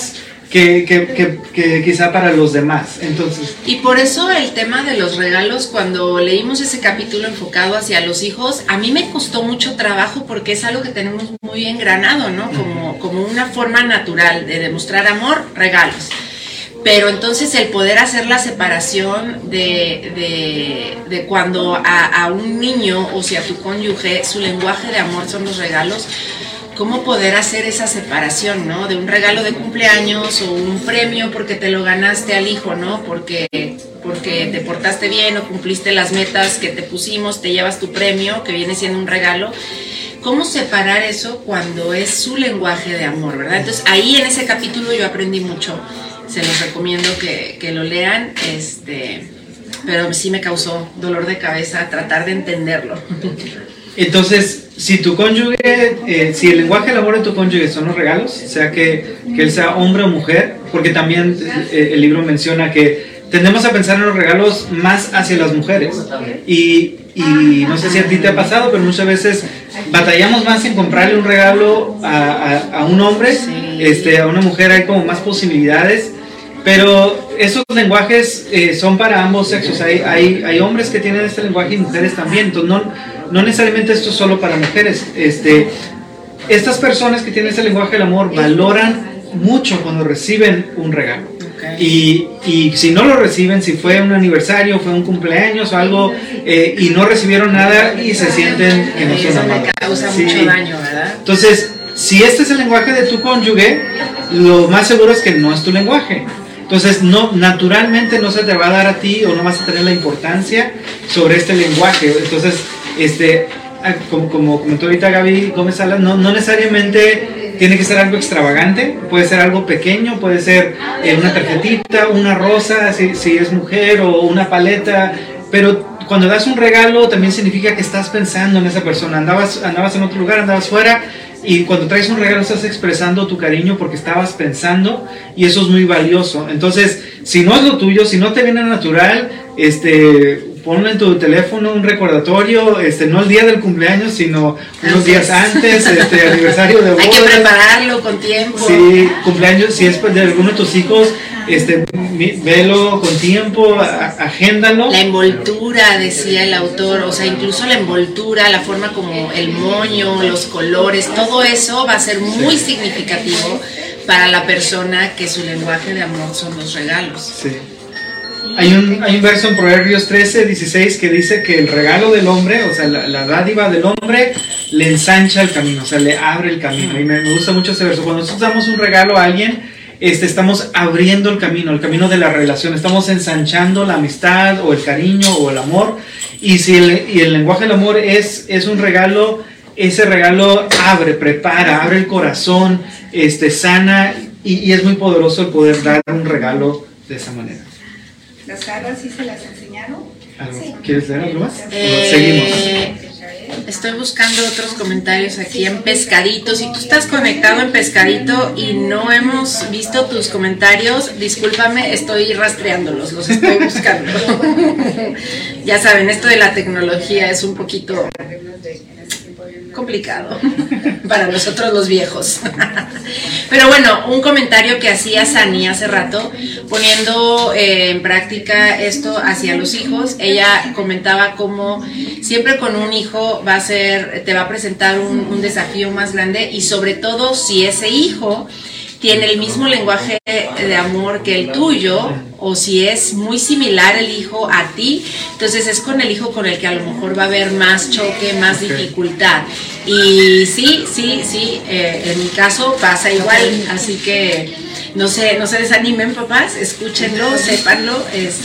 que quizá para los demás. Entonces, y por eso el tema de los regalos, cuando leímos ese capítulo enfocado hacia los hijos, a mí me costó mucho trabajo porque es algo que tenemos muy engranado, ¿no? Como una forma natural de demostrar amor, regalos. Pero entonces el poder hacer la separación de cuando a un niño o si a tu cónyuge su lenguaje de amor son los regalos, cómo poder hacer esa separación, ¿no? De un regalo de cumpleaños o un premio porque te lo ganaste al hijo, ¿no? Porque te portaste bien o cumpliste las metas que te pusimos, te llevas tu premio, que viene siendo un regalo. ¿Cómo separar eso cuando es su lenguaje de amor, verdad? Entonces ahí en ese capítulo yo aprendí mucho. Se los recomiendo que lo lean, pero sí me causó dolor de cabeza tratar de entenderlo. Entonces, si tu cónyuge, si el lenguaje del amor de tu cónyuge son los regalos, sea que él sea hombre o mujer, porque también el libro menciona que tendemos a pensar en los regalos más hacia las mujeres, y no sé si a ti te ha pasado, pero muchas veces batallamos más en comprarle un regalo a un hombre, sí. A una mujer hay como más posibilidades. Pero esos lenguajes son para ambos sexos. Hay hombres que tienen este lenguaje y mujeres también. Entonces no necesariamente esto es solo para mujeres. Estas personas que tienen este lenguaje del amor valoran mucho cuando reciben un regalo. Okay. Y si no lo reciben, si fue un aniversario, fue un cumpleaños o algo, y no recibieron nada y se sienten que no son amados. Causa mucho daño, ¿verdad? Entonces, si este es el lenguaje de tu cónyuge, lo más seguro es que no es tu lenguaje. Entonces, naturalmente no se te va a dar a ti o no vas a tener la importancia sobre este lenguaje. Entonces, como comentó ahorita Gaby Gómez Salas, no necesariamente tiene que ser algo extravagante, puede ser algo pequeño, puede ser una tarjetita, una rosa, si es mujer, o una paleta, pero cuando das un regalo también significa que estás pensando en esa persona. Andabas en otro lugar, andabas fuera, y cuando traes un regalo estás expresando tu cariño porque estabas pensando, y eso es muy valioso. Entonces, si no es lo tuyo, si no te viene natural, ponle en tu teléfono un recordatorio, no el día del cumpleaños, sino unos días antes, aniversario de bodas. Hay que prepararlo con tiempo. Sí, cumpleaños, si es de alguno de tus hijos, velo con tiempo, agéndalo. La envoltura, decía el autor, o sea, incluso la envoltura, la forma como el moño, los colores, todo eso va a ser muy significativo para la persona que su lenguaje de amor son los regalos. Sí. Hay un verso en Proverbios 13:16 que dice que el regalo del hombre, o sea, la dádiva del hombre, le ensancha el camino, o sea, le abre el camino. Y me gusta mucho ese verso. Cuando nosotros damos un regalo a alguien, estamos abriendo el camino de la relación, estamos ensanchando la amistad o el cariño o el amor. Y si el lenguaje del amor es un regalo, ese regalo prepara, abre el corazón, sana, y es muy poderoso el poder dar un regalo de esa manera. ¿Las garras sí se las enseñaron? Sí. ¿Quieres leer algo más? Seguimos. Estoy buscando otros comentarios aquí en Pescadito. Si tú estás conectado en Pescadito y no hemos visto tus comentarios, discúlpame, estoy rastreándolos, los estoy buscando. Ya saben, esto de la tecnología es un poquito complicado para nosotros los viejos. Pero bueno, un comentario que hacía Sani hace rato, poniendo en práctica esto hacia los hijos. Ella comentaba cómo siempre con un hijo te va a presentar un desafío más grande, y sobre todo si ese hijo tiene el mismo lenguaje de amor que el tuyo, o si es muy similar el hijo a ti, entonces es con el hijo con el que a lo mejor va a haber más choque, más dificultad. Y sí, en mi caso pasa igual, así que no se desanimen, papás, escúchenlo, sépanlo,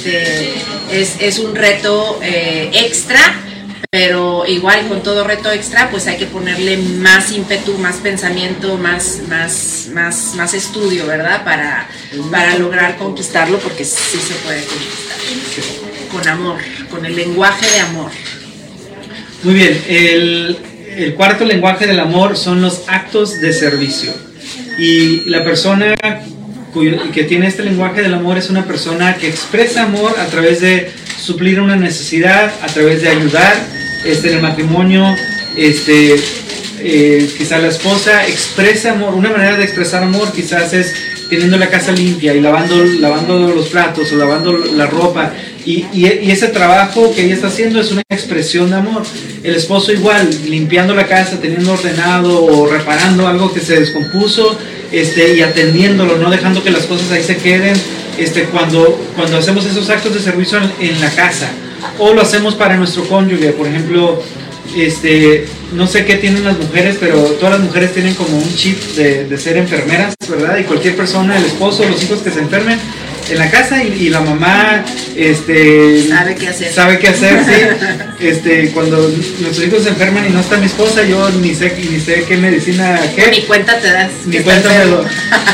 es un reto extra. Pero igual, con todo reto extra, pues hay que ponerle más ímpetu, más pensamiento, más estudio, ¿verdad? Para lograr conquistarlo, porque sí se puede conquistar. Con amor, con el lenguaje de amor. Muy bien, el cuarto lenguaje del amor son los actos de servicio. Y la persona que tiene este lenguaje del amor es una persona que expresa amor a través de suplir una necesidad, a través de ayudar. En el matrimonio, quizá la esposa expresa amor. Una manera de expresar amor quizás es teniendo la casa limpia y lavando los platos o lavando la ropa. Y ese trabajo que ella está haciendo es una expresión de amor. El esposo igual, limpiando la casa, teniendo ordenado o reparando algo que se descompuso, y atendiéndolo, no dejando que las cosas ahí se queden, cuando hacemos esos actos de servicio en la casa, o lo hacemos para nuestro cónyuge. Por ejemplo, no sé qué tienen las mujeres, pero todas las mujeres tienen como un chip de ser enfermeras, ¿verdad? Y cualquier persona, el esposo, los hijos que se enfermen en la casa y la mamá sabe qué hacer, sí. Cuando nuestros hijos se enferman y no está mi esposa, yo ni sé qué medicina, ni cuenta te das, ni cuenta me lo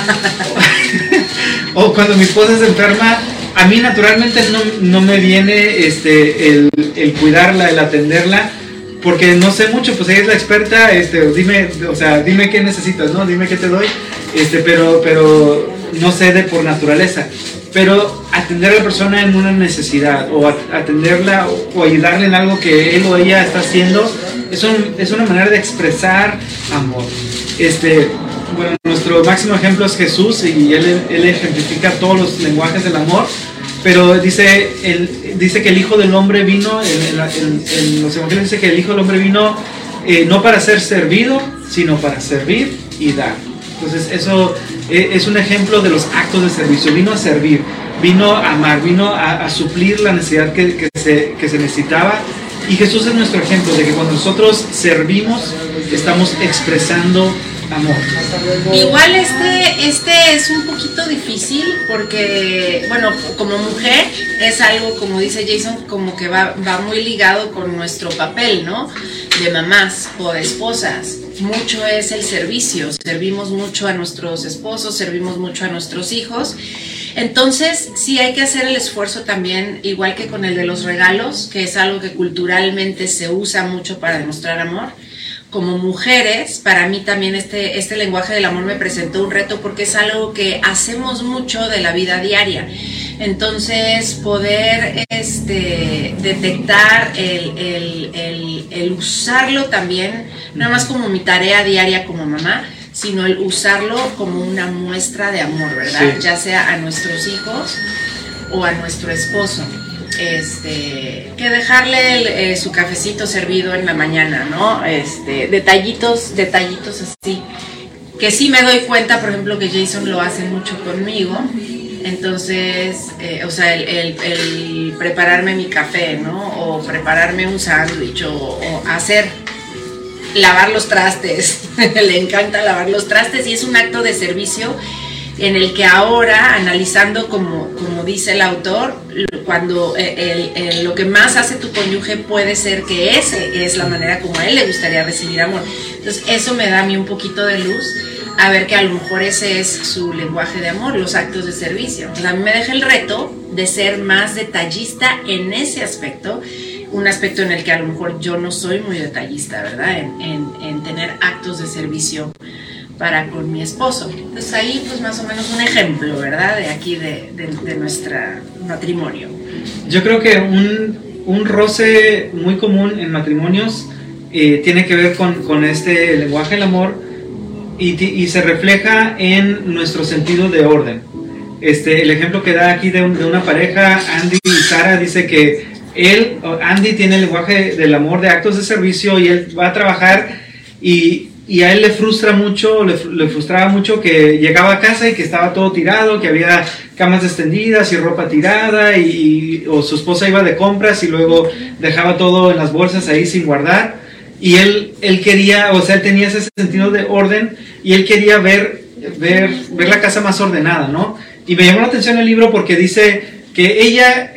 o cuando mi esposa se enferma, a mí naturalmente no me viene el cuidarla, el atenderla, porque no sé mucho. Pues ella es la experta. Dime qué necesitas, ¿no? Dime qué te doy, pero no sé por naturaleza. Pero atender a la persona en una necesidad, o atenderla o ayudarle en algo que él o ella está haciendo, es una manera de expresar amor. Bueno, nuestro máximo ejemplo es Jesús, y él ejemplifica todos los lenguajes del amor. Pero dice que el Hijo del Hombre vino, en los evangelios dice que el Hijo del Hombre vino no para ser servido, sino para servir y dar. Entonces eso es un ejemplo de los actos de servicio. Vino a servir, vino a amar, vino a suplir la necesidad que se necesitaba. Y Jesús es nuestro ejemplo de que cuando nosotros servimos, estamos expresando amor. Igual este es un poquito difícil porque, bueno, como mujer es algo, como dice Jason, como que va muy ligado con nuestro papel, ¿no? De mamás o de esposas. Mucho es el servicio, servimos mucho a nuestros esposos, servimos mucho a nuestros hijos. Entonces sí hay que hacer el esfuerzo también, igual que con el de los regalos, que es algo que culturalmente se usa mucho para demostrar amor. Como mujeres, para mí también este lenguaje del amor me presentó un reto, porque es algo que hacemos mucho de la vida diaria. Entonces poder detectar el usarlo también, no más como mi tarea diaria como mamá, sino el usarlo como una muestra de amor, ¿verdad? Sí. Ya sea a nuestros hijos o a nuestro esposo. Que dejarle su cafecito servido en la mañana, ¿no? Detallitos así, que sí me doy cuenta, por ejemplo, que Jason lo hace mucho conmigo. Entonces, el prepararme mi café, ¿no? O prepararme un sándwich, o lavar los trastes. Le encanta lavar los trastes, y es un acto de servicio en el que ahora, analizando como dice el autor, cuando lo que más hace tu cónyuge puede ser que ese es la manera como a él le gustaría recibir amor. Entonces eso me da a mí un poquito de luz a ver que a lo mejor ese es su lenguaje de amor, los actos de servicio. O sea, a mí me deja el reto de ser más detallista en ese aspecto, un aspecto en el que a lo mejor yo no soy muy detallista, ¿verdad? En tener actos de servicio para con mi esposo. Entonces ahí pues más o menos un ejemplo, ¿verdad? De aquí de nuestro matrimonio. Yo creo que un roce muy común en matrimonios tiene que ver con este lenguaje del amor, y se refleja en nuestro sentido de orden. El ejemplo que da aquí de una pareja, Andy y Sara, dice que Andy tiene el lenguaje del amor de actos de servicio, y él va a trabajar, y a él le frustraba mucho que llegaba a casa y que estaba todo tirado, que había camas extendidas y ropa tirada, o su esposa iba de compras y luego dejaba todo en las bolsas ahí sin guardar, y él quería, él tenía ese sentido de orden, y él quería ver la casa más ordenada, ¿no? Y me llamó la atención el libro porque dice que ella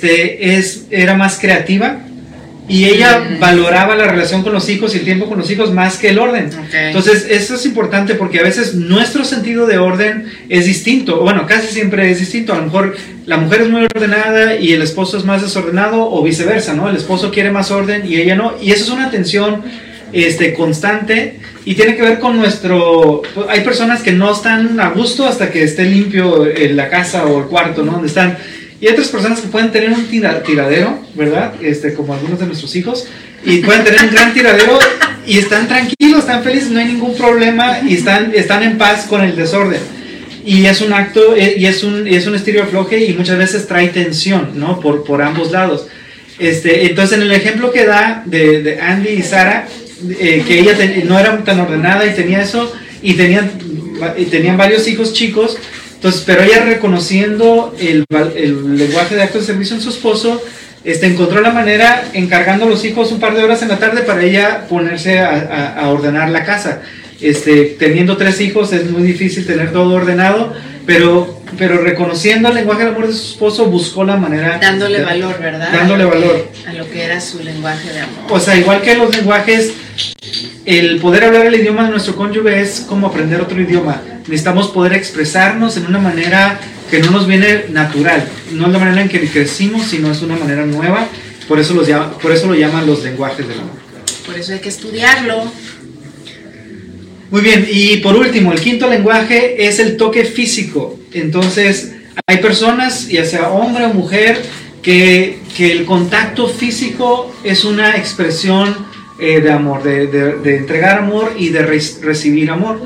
era más creativa, y ella valoraba la relación con los hijos y el tiempo con los hijos más que el orden. Okay. Entonces eso es importante, porque a veces nuestro sentido de orden es distinto, bueno, casi siempre es distinto. A lo mejor la mujer es muy ordenada y el esposo es más desordenado, o viceversa, ¿no? El esposo quiere más orden y ella no, y eso es una tensión constante, y tiene que ver con hay personas que no están a gusto hasta que esté limpio la casa o el cuarto, ¿no? Donde están. Y hay otras personas que pueden tener un tiradero, ¿verdad? Como algunos de nuestros hijos, y pueden tener un gran tiradero y están tranquilos, están felices, no hay ningún problema, y están en paz con el desorden. y es un acto, y es un estilo de afloje, y muchas veces trae tensión, ¿no? Por ambos lados. Entonces, en el ejemplo que da de Andy y Sara, que ella no era tan ordenada y tenía eso, y tenían varios hijos chicos, entonces, pero ella, reconociendo el lenguaje de acto de servicio en su esposo, encontró la manera, encargando a los hijos un par de horas en la tarde para ella ponerse a ordenar la casa. Teniendo 3 hijos es muy difícil tener todo ordenado, pero reconociendo el lenguaje del amor de su esposo, buscó la manera, dándole valor, ¿verdad? Dándole valor a lo que era su lenguaje de amor. O sea, igual que los lenguajes, el poder hablar el idioma de nuestro cónyuge es como aprender otro idioma. Necesitamos poder expresarnos en una manera que no nos viene natural, no es la manera en que crecimos, sino es una manera nueva. Por eso lo llaman los lenguajes del amor. Por eso hay que estudiarlo. Muy bien, y por último, el quinto lenguaje es el toque físico. Entonces, hay personas, ya sea hombre o mujer, que el contacto físico es una expresión de amor, de entregar amor y de recibir amor.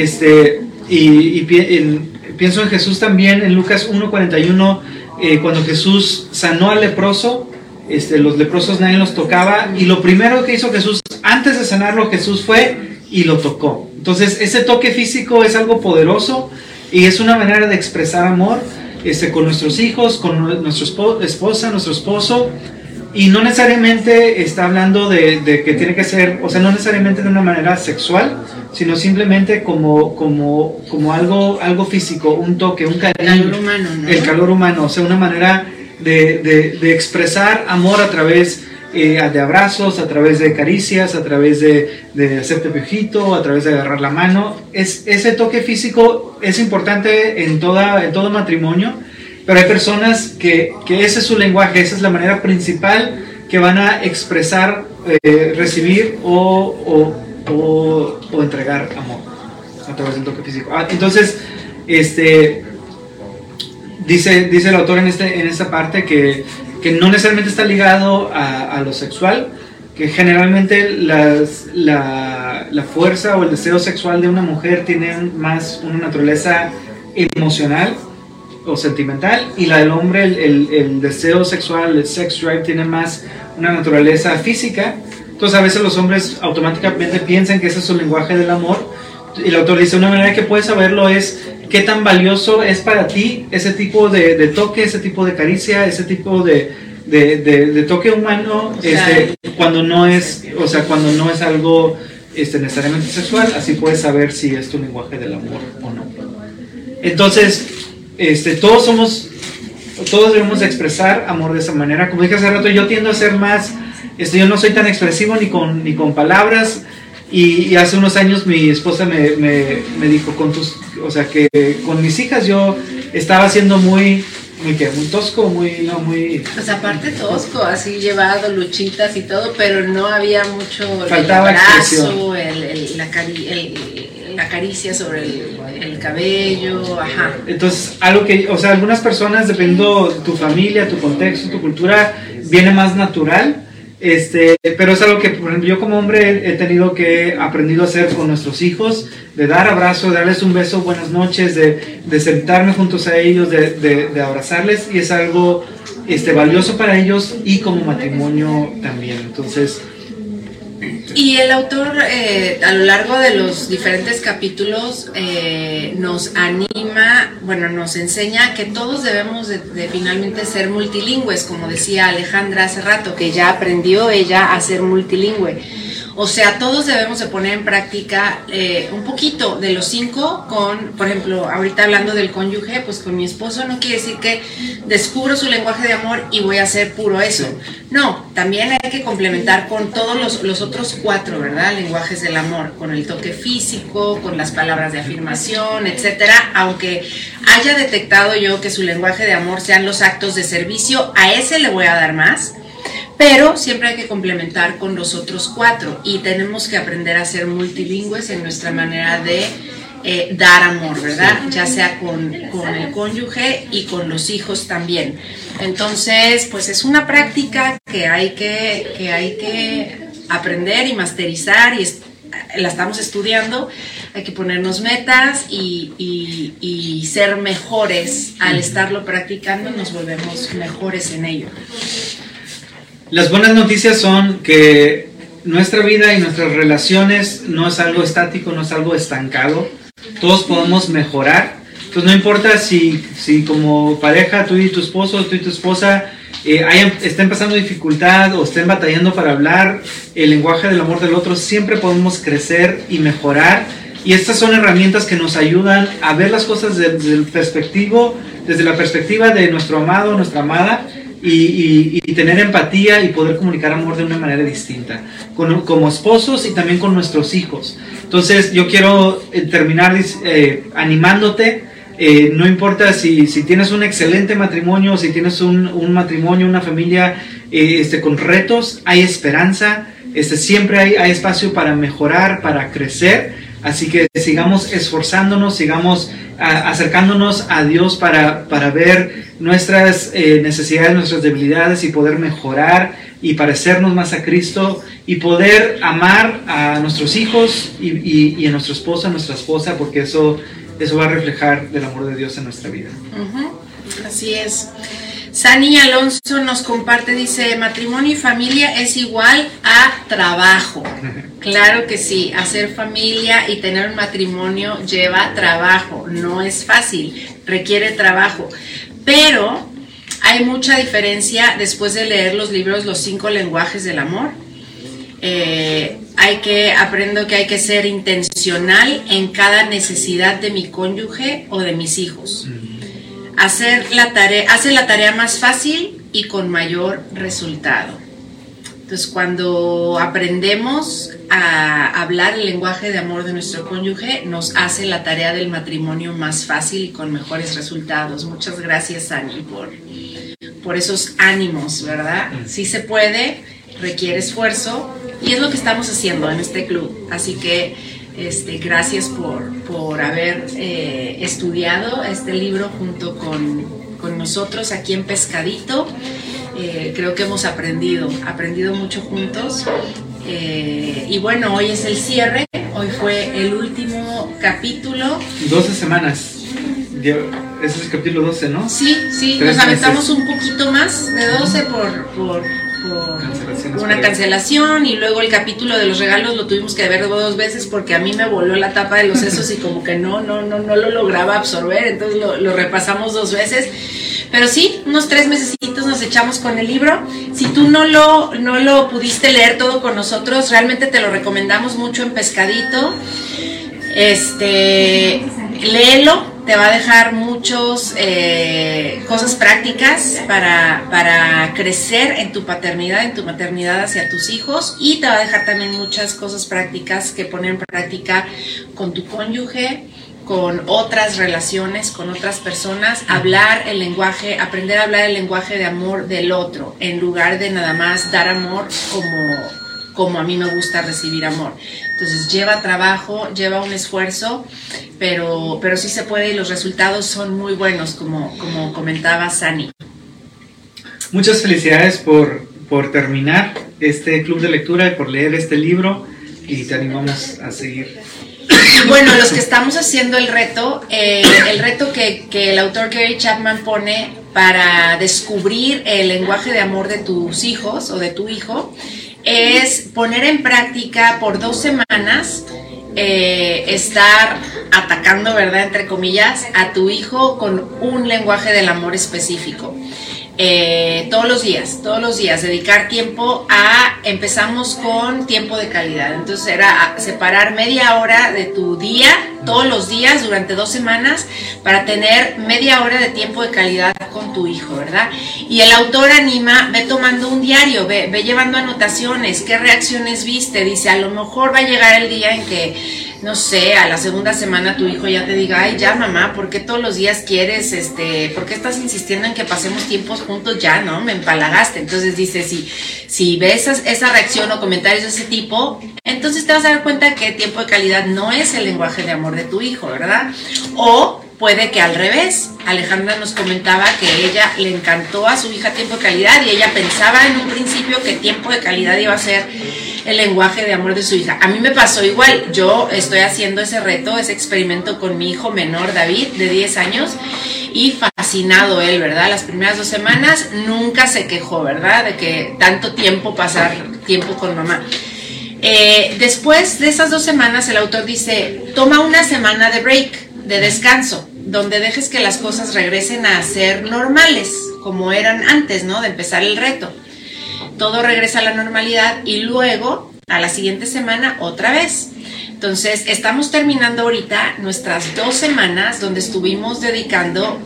Pienso en Jesús también, en Lucas 1:41, cuando Jesús sanó al leproso. Los leprosos nadie los tocaba, y lo primero que hizo Jesús, antes de sanarlo, Jesús fue y lo tocó. Entonces, ese toque físico es algo poderoso y es una manera de expresar amor con nuestros hijos, con nuestra esposa, nuestro esposo, y no necesariamente está hablando de que tiene que ser, o sea, no necesariamente de una manera sexual, sino simplemente como algo físico, un toque, un cariño, el calor humano, ¿no? El calor humano, o sea, una manera de expresar amor a través de abrazos, a través de caricias, a través de hacerte piojito, a través de agarrar la mano. Ese toque físico es importante en todo matrimonio, pero hay personas que ese es su lenguaje, esa es la manera principal que van a expresar, recibir o entregar amor a través del toque físico. Entonces, dice el autor en esta parte que no necesariamente está ligado a lo sexual, que generalmente la fuerza o el deseo sexual de una mujer tiene más una naturaleza emocional o sentimental, y la del hombre, el deseo sexual, el sex drive, tiene más una naturaleza física. Entonces, a veces los hombres automáticamente piensan que ese es su lenguaje del amor, y el autor dice, una manera que puedes saberlo es qué tan valioso es para ti ese tipo de toque, ese tipo de caricia, ese tipo de toque humano, cuando no es algo necesariamente sexual. Así puedes saber si es tu lenguaje del amor o no. Entonces, todos debemos expresar amor de esa manera. Como dije hace rato, yo tiendo a ser más, yo no soy tan expresivo ni con palabras. Y hace unos años mi esposa me dijo, que con mis hijas yo estaba siendo muy tosco, muy. Pues aparte tosco, así llevado, luchitas y todo, pero no había mucho. Faltaba el abrazo, expresión. la caricia sobre el cabello, ajá. Entonces, algunas personas, dependiendo de tu familia, tu contexto, tu cultura, viene más natural. Pero es algo que, por ejemplo, yo como hombre he aprendido a hacer con nuestros hijos, de dar abrazo, de darles un beso, buenas noches, de sentarme juntos a ellos, de abrazarles, y es algo valioso para ellos y como matrimonio también. Entonces, y el autor a lo largo de los diferentes capítulos nos anima, nos enseña que todos debemos de finalmente ser multilingües, como decía Alejandra hace rato, que ya aprendió ella a ser multilingüe. O sea, todos debemos de poner en práctica un poquito de los 5 por ejemplo, ahorita hablando del cónyuge, pues con mi esposo no quiere decir que descubro su lenguaje de amor y voy a hacer puro eso. Sí. No, también hay que complementar con todos los otros 4, ¿verdad? Lenguajes del amor, con el toque físico, con las palabras de afirmación, etcétera. Aunque haya detectado yo que su lenguaje de amor sean los actos de servicio, a ese le voy a dar más. Pero siempre hay que complementar con los otros 4, y tenemos que aprender a ser multilingües en nuestra manera de dar amor, ¿verdad? Ya sea con el cónyuge y con los hijos también. Entonces, pues es una práctica que hay que aprender y masterizar y la estamos estudiando, hay que ponernos metas y ser mejores. Al estarlo practicando nos volvemos mejores en ello. Las buenas noticias son que nuestra vida y nuestras relaciones no es algo estático, no es algo estancado. Todos podemos mejorar. Entonces no importa si como pareja tú y tu esposo, tú y tu esposa estén pasando dificultad o estén batallando para hablar el lenguaje del amor del otro, siempre podemos crecer y mejorar. Y estas son herramientas que nos ayudan a ver las cosas desde la perspectiva de nuestro amado, nuestra amada, y tener empatía y poder comunicar amor de una manera distinta, como esposos y también con nuestros hijos. Entonces yo quiero terminar animándote. No importa si tienes un excelente matrimonio, si tienes un matrimonio, una familia con retos, hay esperanza, siempre hay espacio para mejorar, para crecer. Así que sigamos esforzándonos, sigamos acercándonos a Dios para ver nuestras necesidades, nuestras debilidades y poder mejorar y parecernos más a Cristo y poder amar a nuestros hijos y a nuestro esposo, a nuestra esposa, porque eso va a reflejar el amor de Dios en nuestra vida. Así es. Sani Alonso nos comparte, dice, matrimonio y familia es igual a trabajo. Claro que sí, hacer familia y tener un matrimonio lleva trabajo, no es fácil, requiere trabajo, pero hay mucha diferencia después de leer los libros Los 5 lenguajes del amor. Aprendo que hay que ser intencional en cada necesidad de mi cónyuge o de mis hijos. Hace la tarea más fácil y con mayor resultado. Entonces, cuando aprendemos a hablar el lenguaje de amor de nuestro cónyuge, nos hace la tarea del matrimonio más fácil y con mejores resultados. Muchas gracias, Ani, por esos ánimos, ¿verdad? Sí se puede, requiere esfuerzo y es lo que estamos haciendo en este club. Así que gracias por haber estudiado este libro junto con nosotros aquí en Pescadito. Creo que hemos aprendido mucho juntos. Y bueno, hoy es el cierre, hoy fue el último capítulo. 12 semanas. Ese es el capítulo 12, ¿no? Sí, nos aventamos un poquito más de 12 por una cancelación, y luego el capítulo de los regalos lo tuvimos que ver 2 veces porque a mí me voló la tapa de los sesos y como que no lo lograba absorber, entonces lo repasamos 2 veces. Pero sí, unos 3 mesecitos nos echamos con el libro. Si tú no lo pudiste leer todo con nosotros, realmente te lo recomendamos mucho en Pescadito. Léelo, te va a dejar muchas cosas prácticas para crecer en tu maternidad hacia tus hijos, y te va a dejar también muchas cosas prácticas que poner en práctica con tu cónyuge, con otras relaciones, con otras personas, aprender a hablar el lenguaje de amor del otro, en lugar de nada más dar amor como a mí me gusta recibir amor. Entonces lleva trabajo, lleva un esfuerzo, pero sí se puede y los resultados son muy buenos, como comentaba Sani. Muchas felicidades por terminar este club de lectura y por leer este libro, y te animamos a seguir. Y bueno, los que estamos haciendo el reto que el autor Gary Chapman pone para descubrir el lenguaje de amor de tus hijos o de tu hijo, es poner en práctica por 2 semanas, estar atacando, ¿verdad?, entre comillas, a tu hijo con un lenguaje del amor específico. Todos los días, dedicar tiempo empezamos con tiempo de calidad. Entonces era separar media hora de tu día, todos los días, durante 2 semanas, para tener media hora de tiempo de calidad con tu hijo, ¿verdad? Y el autor anima, ve tomando un diario, ve llevando anotaciones, qué reacciones viste. Dice, a lo mejor va a llegar el día en que, no sé, a la 2ª semana tu hijo ya te diga, ay, ya mamá, ¿por qué todos los días quieres, por qué estás insistiendo en que pasemos tiempos juntos? Ya, ¿no? Me empalagaste. Entonces dice, si ves esa reacción o comentarios de ese tipo, entonces te vas a dar cuenta que tiempo de calidad no es el lenguaje de amor de tu hijo, ¿verdad? O puede que al revés. Alejandra nos comentaba que ella le encantó a su hija tiempo de calidad y ella pensaba en un principio que tiempo de calidad iba a ser el lenguaje de amor de su hija. A mí me pasó igual, yo estoy haciendo ese reto, ese experimento con mi hijo menor, David, de 10 años, y fascinado él, ¿verdad? Las primeras 2 semanas nunca se quejó, ¿verdad? De que tanto tiempo, pasar tiempo con mamá. Después de esas 2 semanas, el autor dice, toma una semana de break, de descanso, donde dejes que las cosas regresen a ser normales, como eran antes, ¿no? De empezar el reto. Todo regresa a la normalidad y luego, a la siguiente semana, otra vez. Entonces, estamos terminando ahorita nuestras 2 semanas donde estuvimos dedicando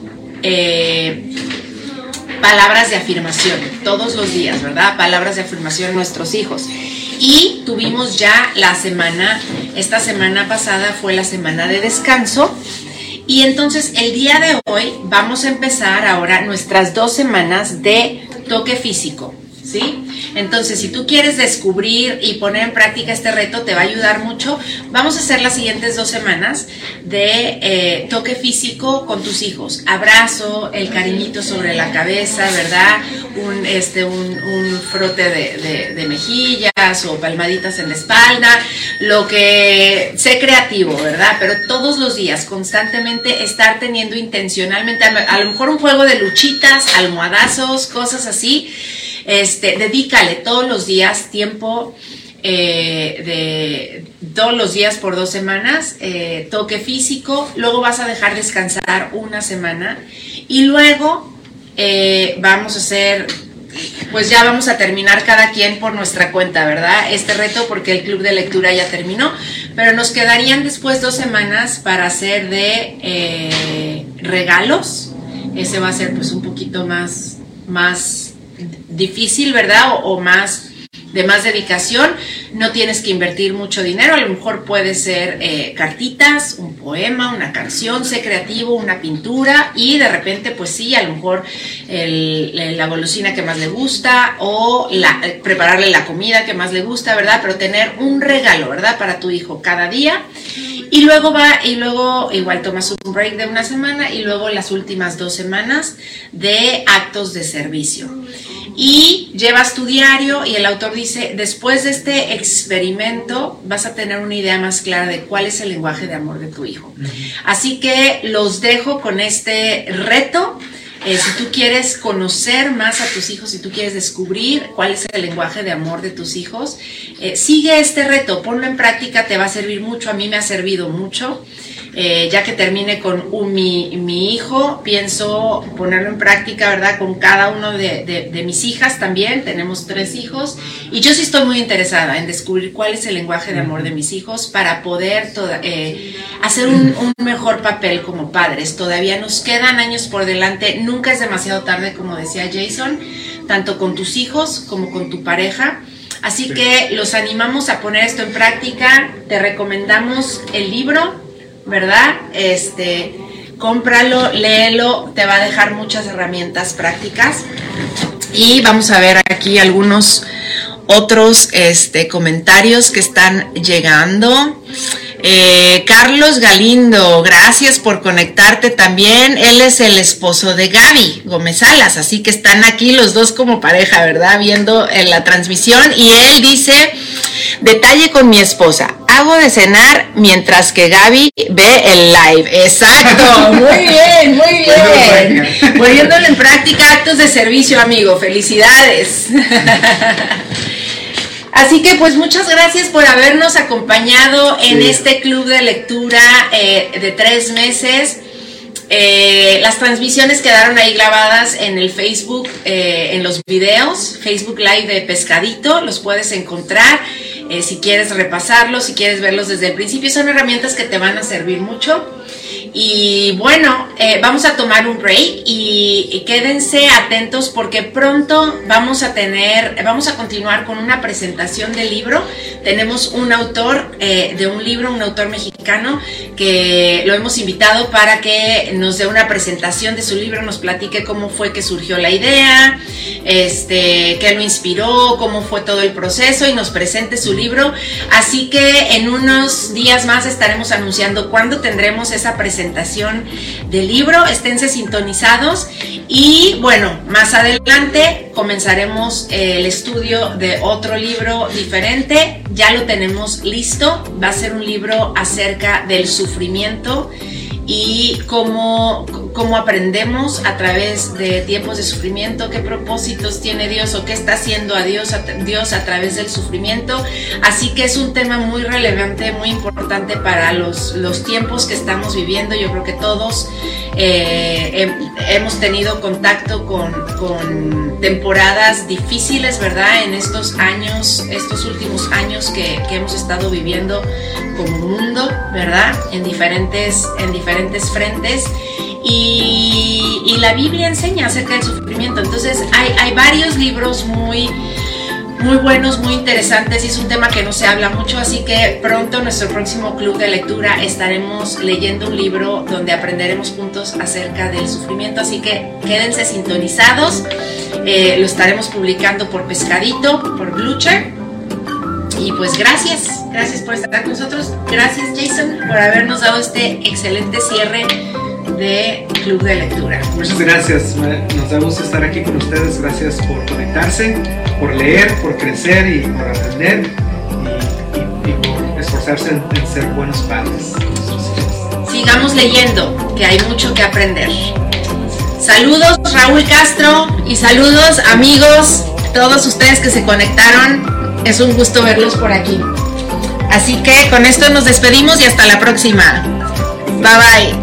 palabras de afirmación, todos los días, ¿verdad? Palabras de afirmación a nuestros hijos. Y tuvimos ya esta semana pasada fue la semana de descanso. Y entonces el día de hoy vamos a empezar ahora nuestras 2 semanas de toque físico, ¿sí? Entonces, si tú quieres descubrir y poner en práctica este reto, te va a ayudar mucho. Vamos a hacer las siguientes 2 semanas de toque físico con tus hijos. Abrazo, el cariñito sobre la cabeza, ¿verdad? Un frote de mejillas o palmaditas en la espalda. Lo que sé creativo, ¿verdad? Pero todos los días, constantemente, estar teniendo intencionalmente, a lo mejor un juego de luchitas, almohadazos, cosas así. Dedícale todos los días tiempo, todos los días por 2 semanas, toque físico, luego vas a dejar descansar 1 semana y luego vamos a hacer, pues ya vamos a terminar cada quien por nuestra cuenta, ¿verdad? Este reto porque el club de lectura ya terminó, pero nos quedarían después 2 semanas para hacer de regalos. Ese va a ser pues un poquito más difícil, ¿verdad? O más dedicación. No tienes que invertir mucho dinero, a lo mejor puede ser cartitas, un poema, una canción, sé creativo, una pintura y de repente pues sí, a lo mejor la golosina que más le gusta o prepararle la comida que más le gusta, ¿verdad? Pero tener un regalo, ¿verdad? Para tu hijo cada día. Y luego igual tomas un break de 1 semana y luego las últimas 2 semanas de actos de servicio. Y llevas tu diario y el autor dice, después de este experimento vas a tener una idea más clara de cuál es el lenguaje de amor de tu hijo. Así que los dejo con este reto. Si tú quieres conocer más a tus hijos, si tú quieres descubrir cuál es el lenguaje de amor de tus hijos, sigue este reto, ponlo en práctica, te va a servir mucho, a mí me ha servido mucho. Ya que termine con mi hijo, pienso ponerlo en práctica, ¿verdad? Con cada uno de mis hijas también, tenemos 3 hijos, y yo sí estoy muy interesada en descubrir cuál es el lenguaje de amor de mis hijos para poder hacer un mejor papel como padres. Todavía nos quedan años por delante, nunca es demasiado tarde, como decía Jason, tanto con tus hijos como con tu pareja. Así que los animamos a poner esto en práctica, te recomendamos el libro, ¿verdad? Cómpralo, léelo, te va a dejar muchas herramientas prácticas. Y vamos a ver aquí algunos otros comentarios que están llegando. Carlos Galindo, gracias por conectarte también. Él es el esposo de Gaby Gómez Salas, así que están aquí los dos como pareja, ¿verdad? Viendo la transmisión. Y él dice, detalle con mi esposa, hago de cenar mientras que Gaby ve el live. Exacto, muy bien, muy bien. Poniéndolo en práctica, actos de servicio, amigo, felicidades. Así que pues muchas gracias por habernos acompañado en este club de lectura de 3 meses. Las transmisiones quedaron ahí grabadas en el Facebook, en los videos, Facebook Live de Pescadito, los puedes encontrar si quieres repasarlos, si quieres verlos desde el principio, son herramientas que te van a servir mucho. Y bueno, vamos a tomar un break y quédense atentos porque pronto vamos a continuar con una presentación del libro. Tenemos un autor de un libro, un autor mexicano que lo hemos invitado para que nos dé una presentación de su libro, nos platique cómo fue que surgió la idea, qué lo inspiró, cómo fue todo el proceso y nos presente su libro. Así que en unos días más estaremos anunciando cuándo tendremos esa presentación presentación del libro. Esténse sintonizados y bueno, más adelante comenzaremos el estudio de otro libro diferente. Ya lo tenemos listo, va a ser un libro acerca del sufrimiento y cómo aprendemos a través de tiempos de sufrimiento, qué propósitos tiene Dios o qué está haciendo Dios a través del sufrimiento. Así que es un tema muy relevante, muy importante para los tiempos que estamos viviendo. Yo creo que todos hemos tenido contacto con temporadas difíciles, ¿verdad? En estos últimos años que hemos estado viviendo como mundo, ¿verdad? En diferentes frentes. Y la Biblia enseña acerca del sufrimiento. Entonces hay varios libros muy buenos, muy interesantes, y es un tema que no se habla mucho, así que pronto en nuestro próximo club de lectura estaremos leyendo un libro donde aprenderemos juntos acerca del sufrimiento, así que quédense sintonizados. Lo estaremos publicando por Pescadito, por Blucher. Y pues gracias por estar con nosotros. Gracias, Jason, por habernos dado este excelente cierre de Club de Lectura. Muchas gracias, nos da gusto estar aquí con ustedes. Gracias por conectarse, por leer, por crecer y por aprender y por esforzarse en ser buenos padres. Sigamos leyendo, que hay mucho que aprender. Saludos, Raúl Castro, y saludos, amigos, todos ustedes que se conectaron. Es un gusto verlos por aquí. Así que con esto nos despedimos y hasta la próxima. Bye bye.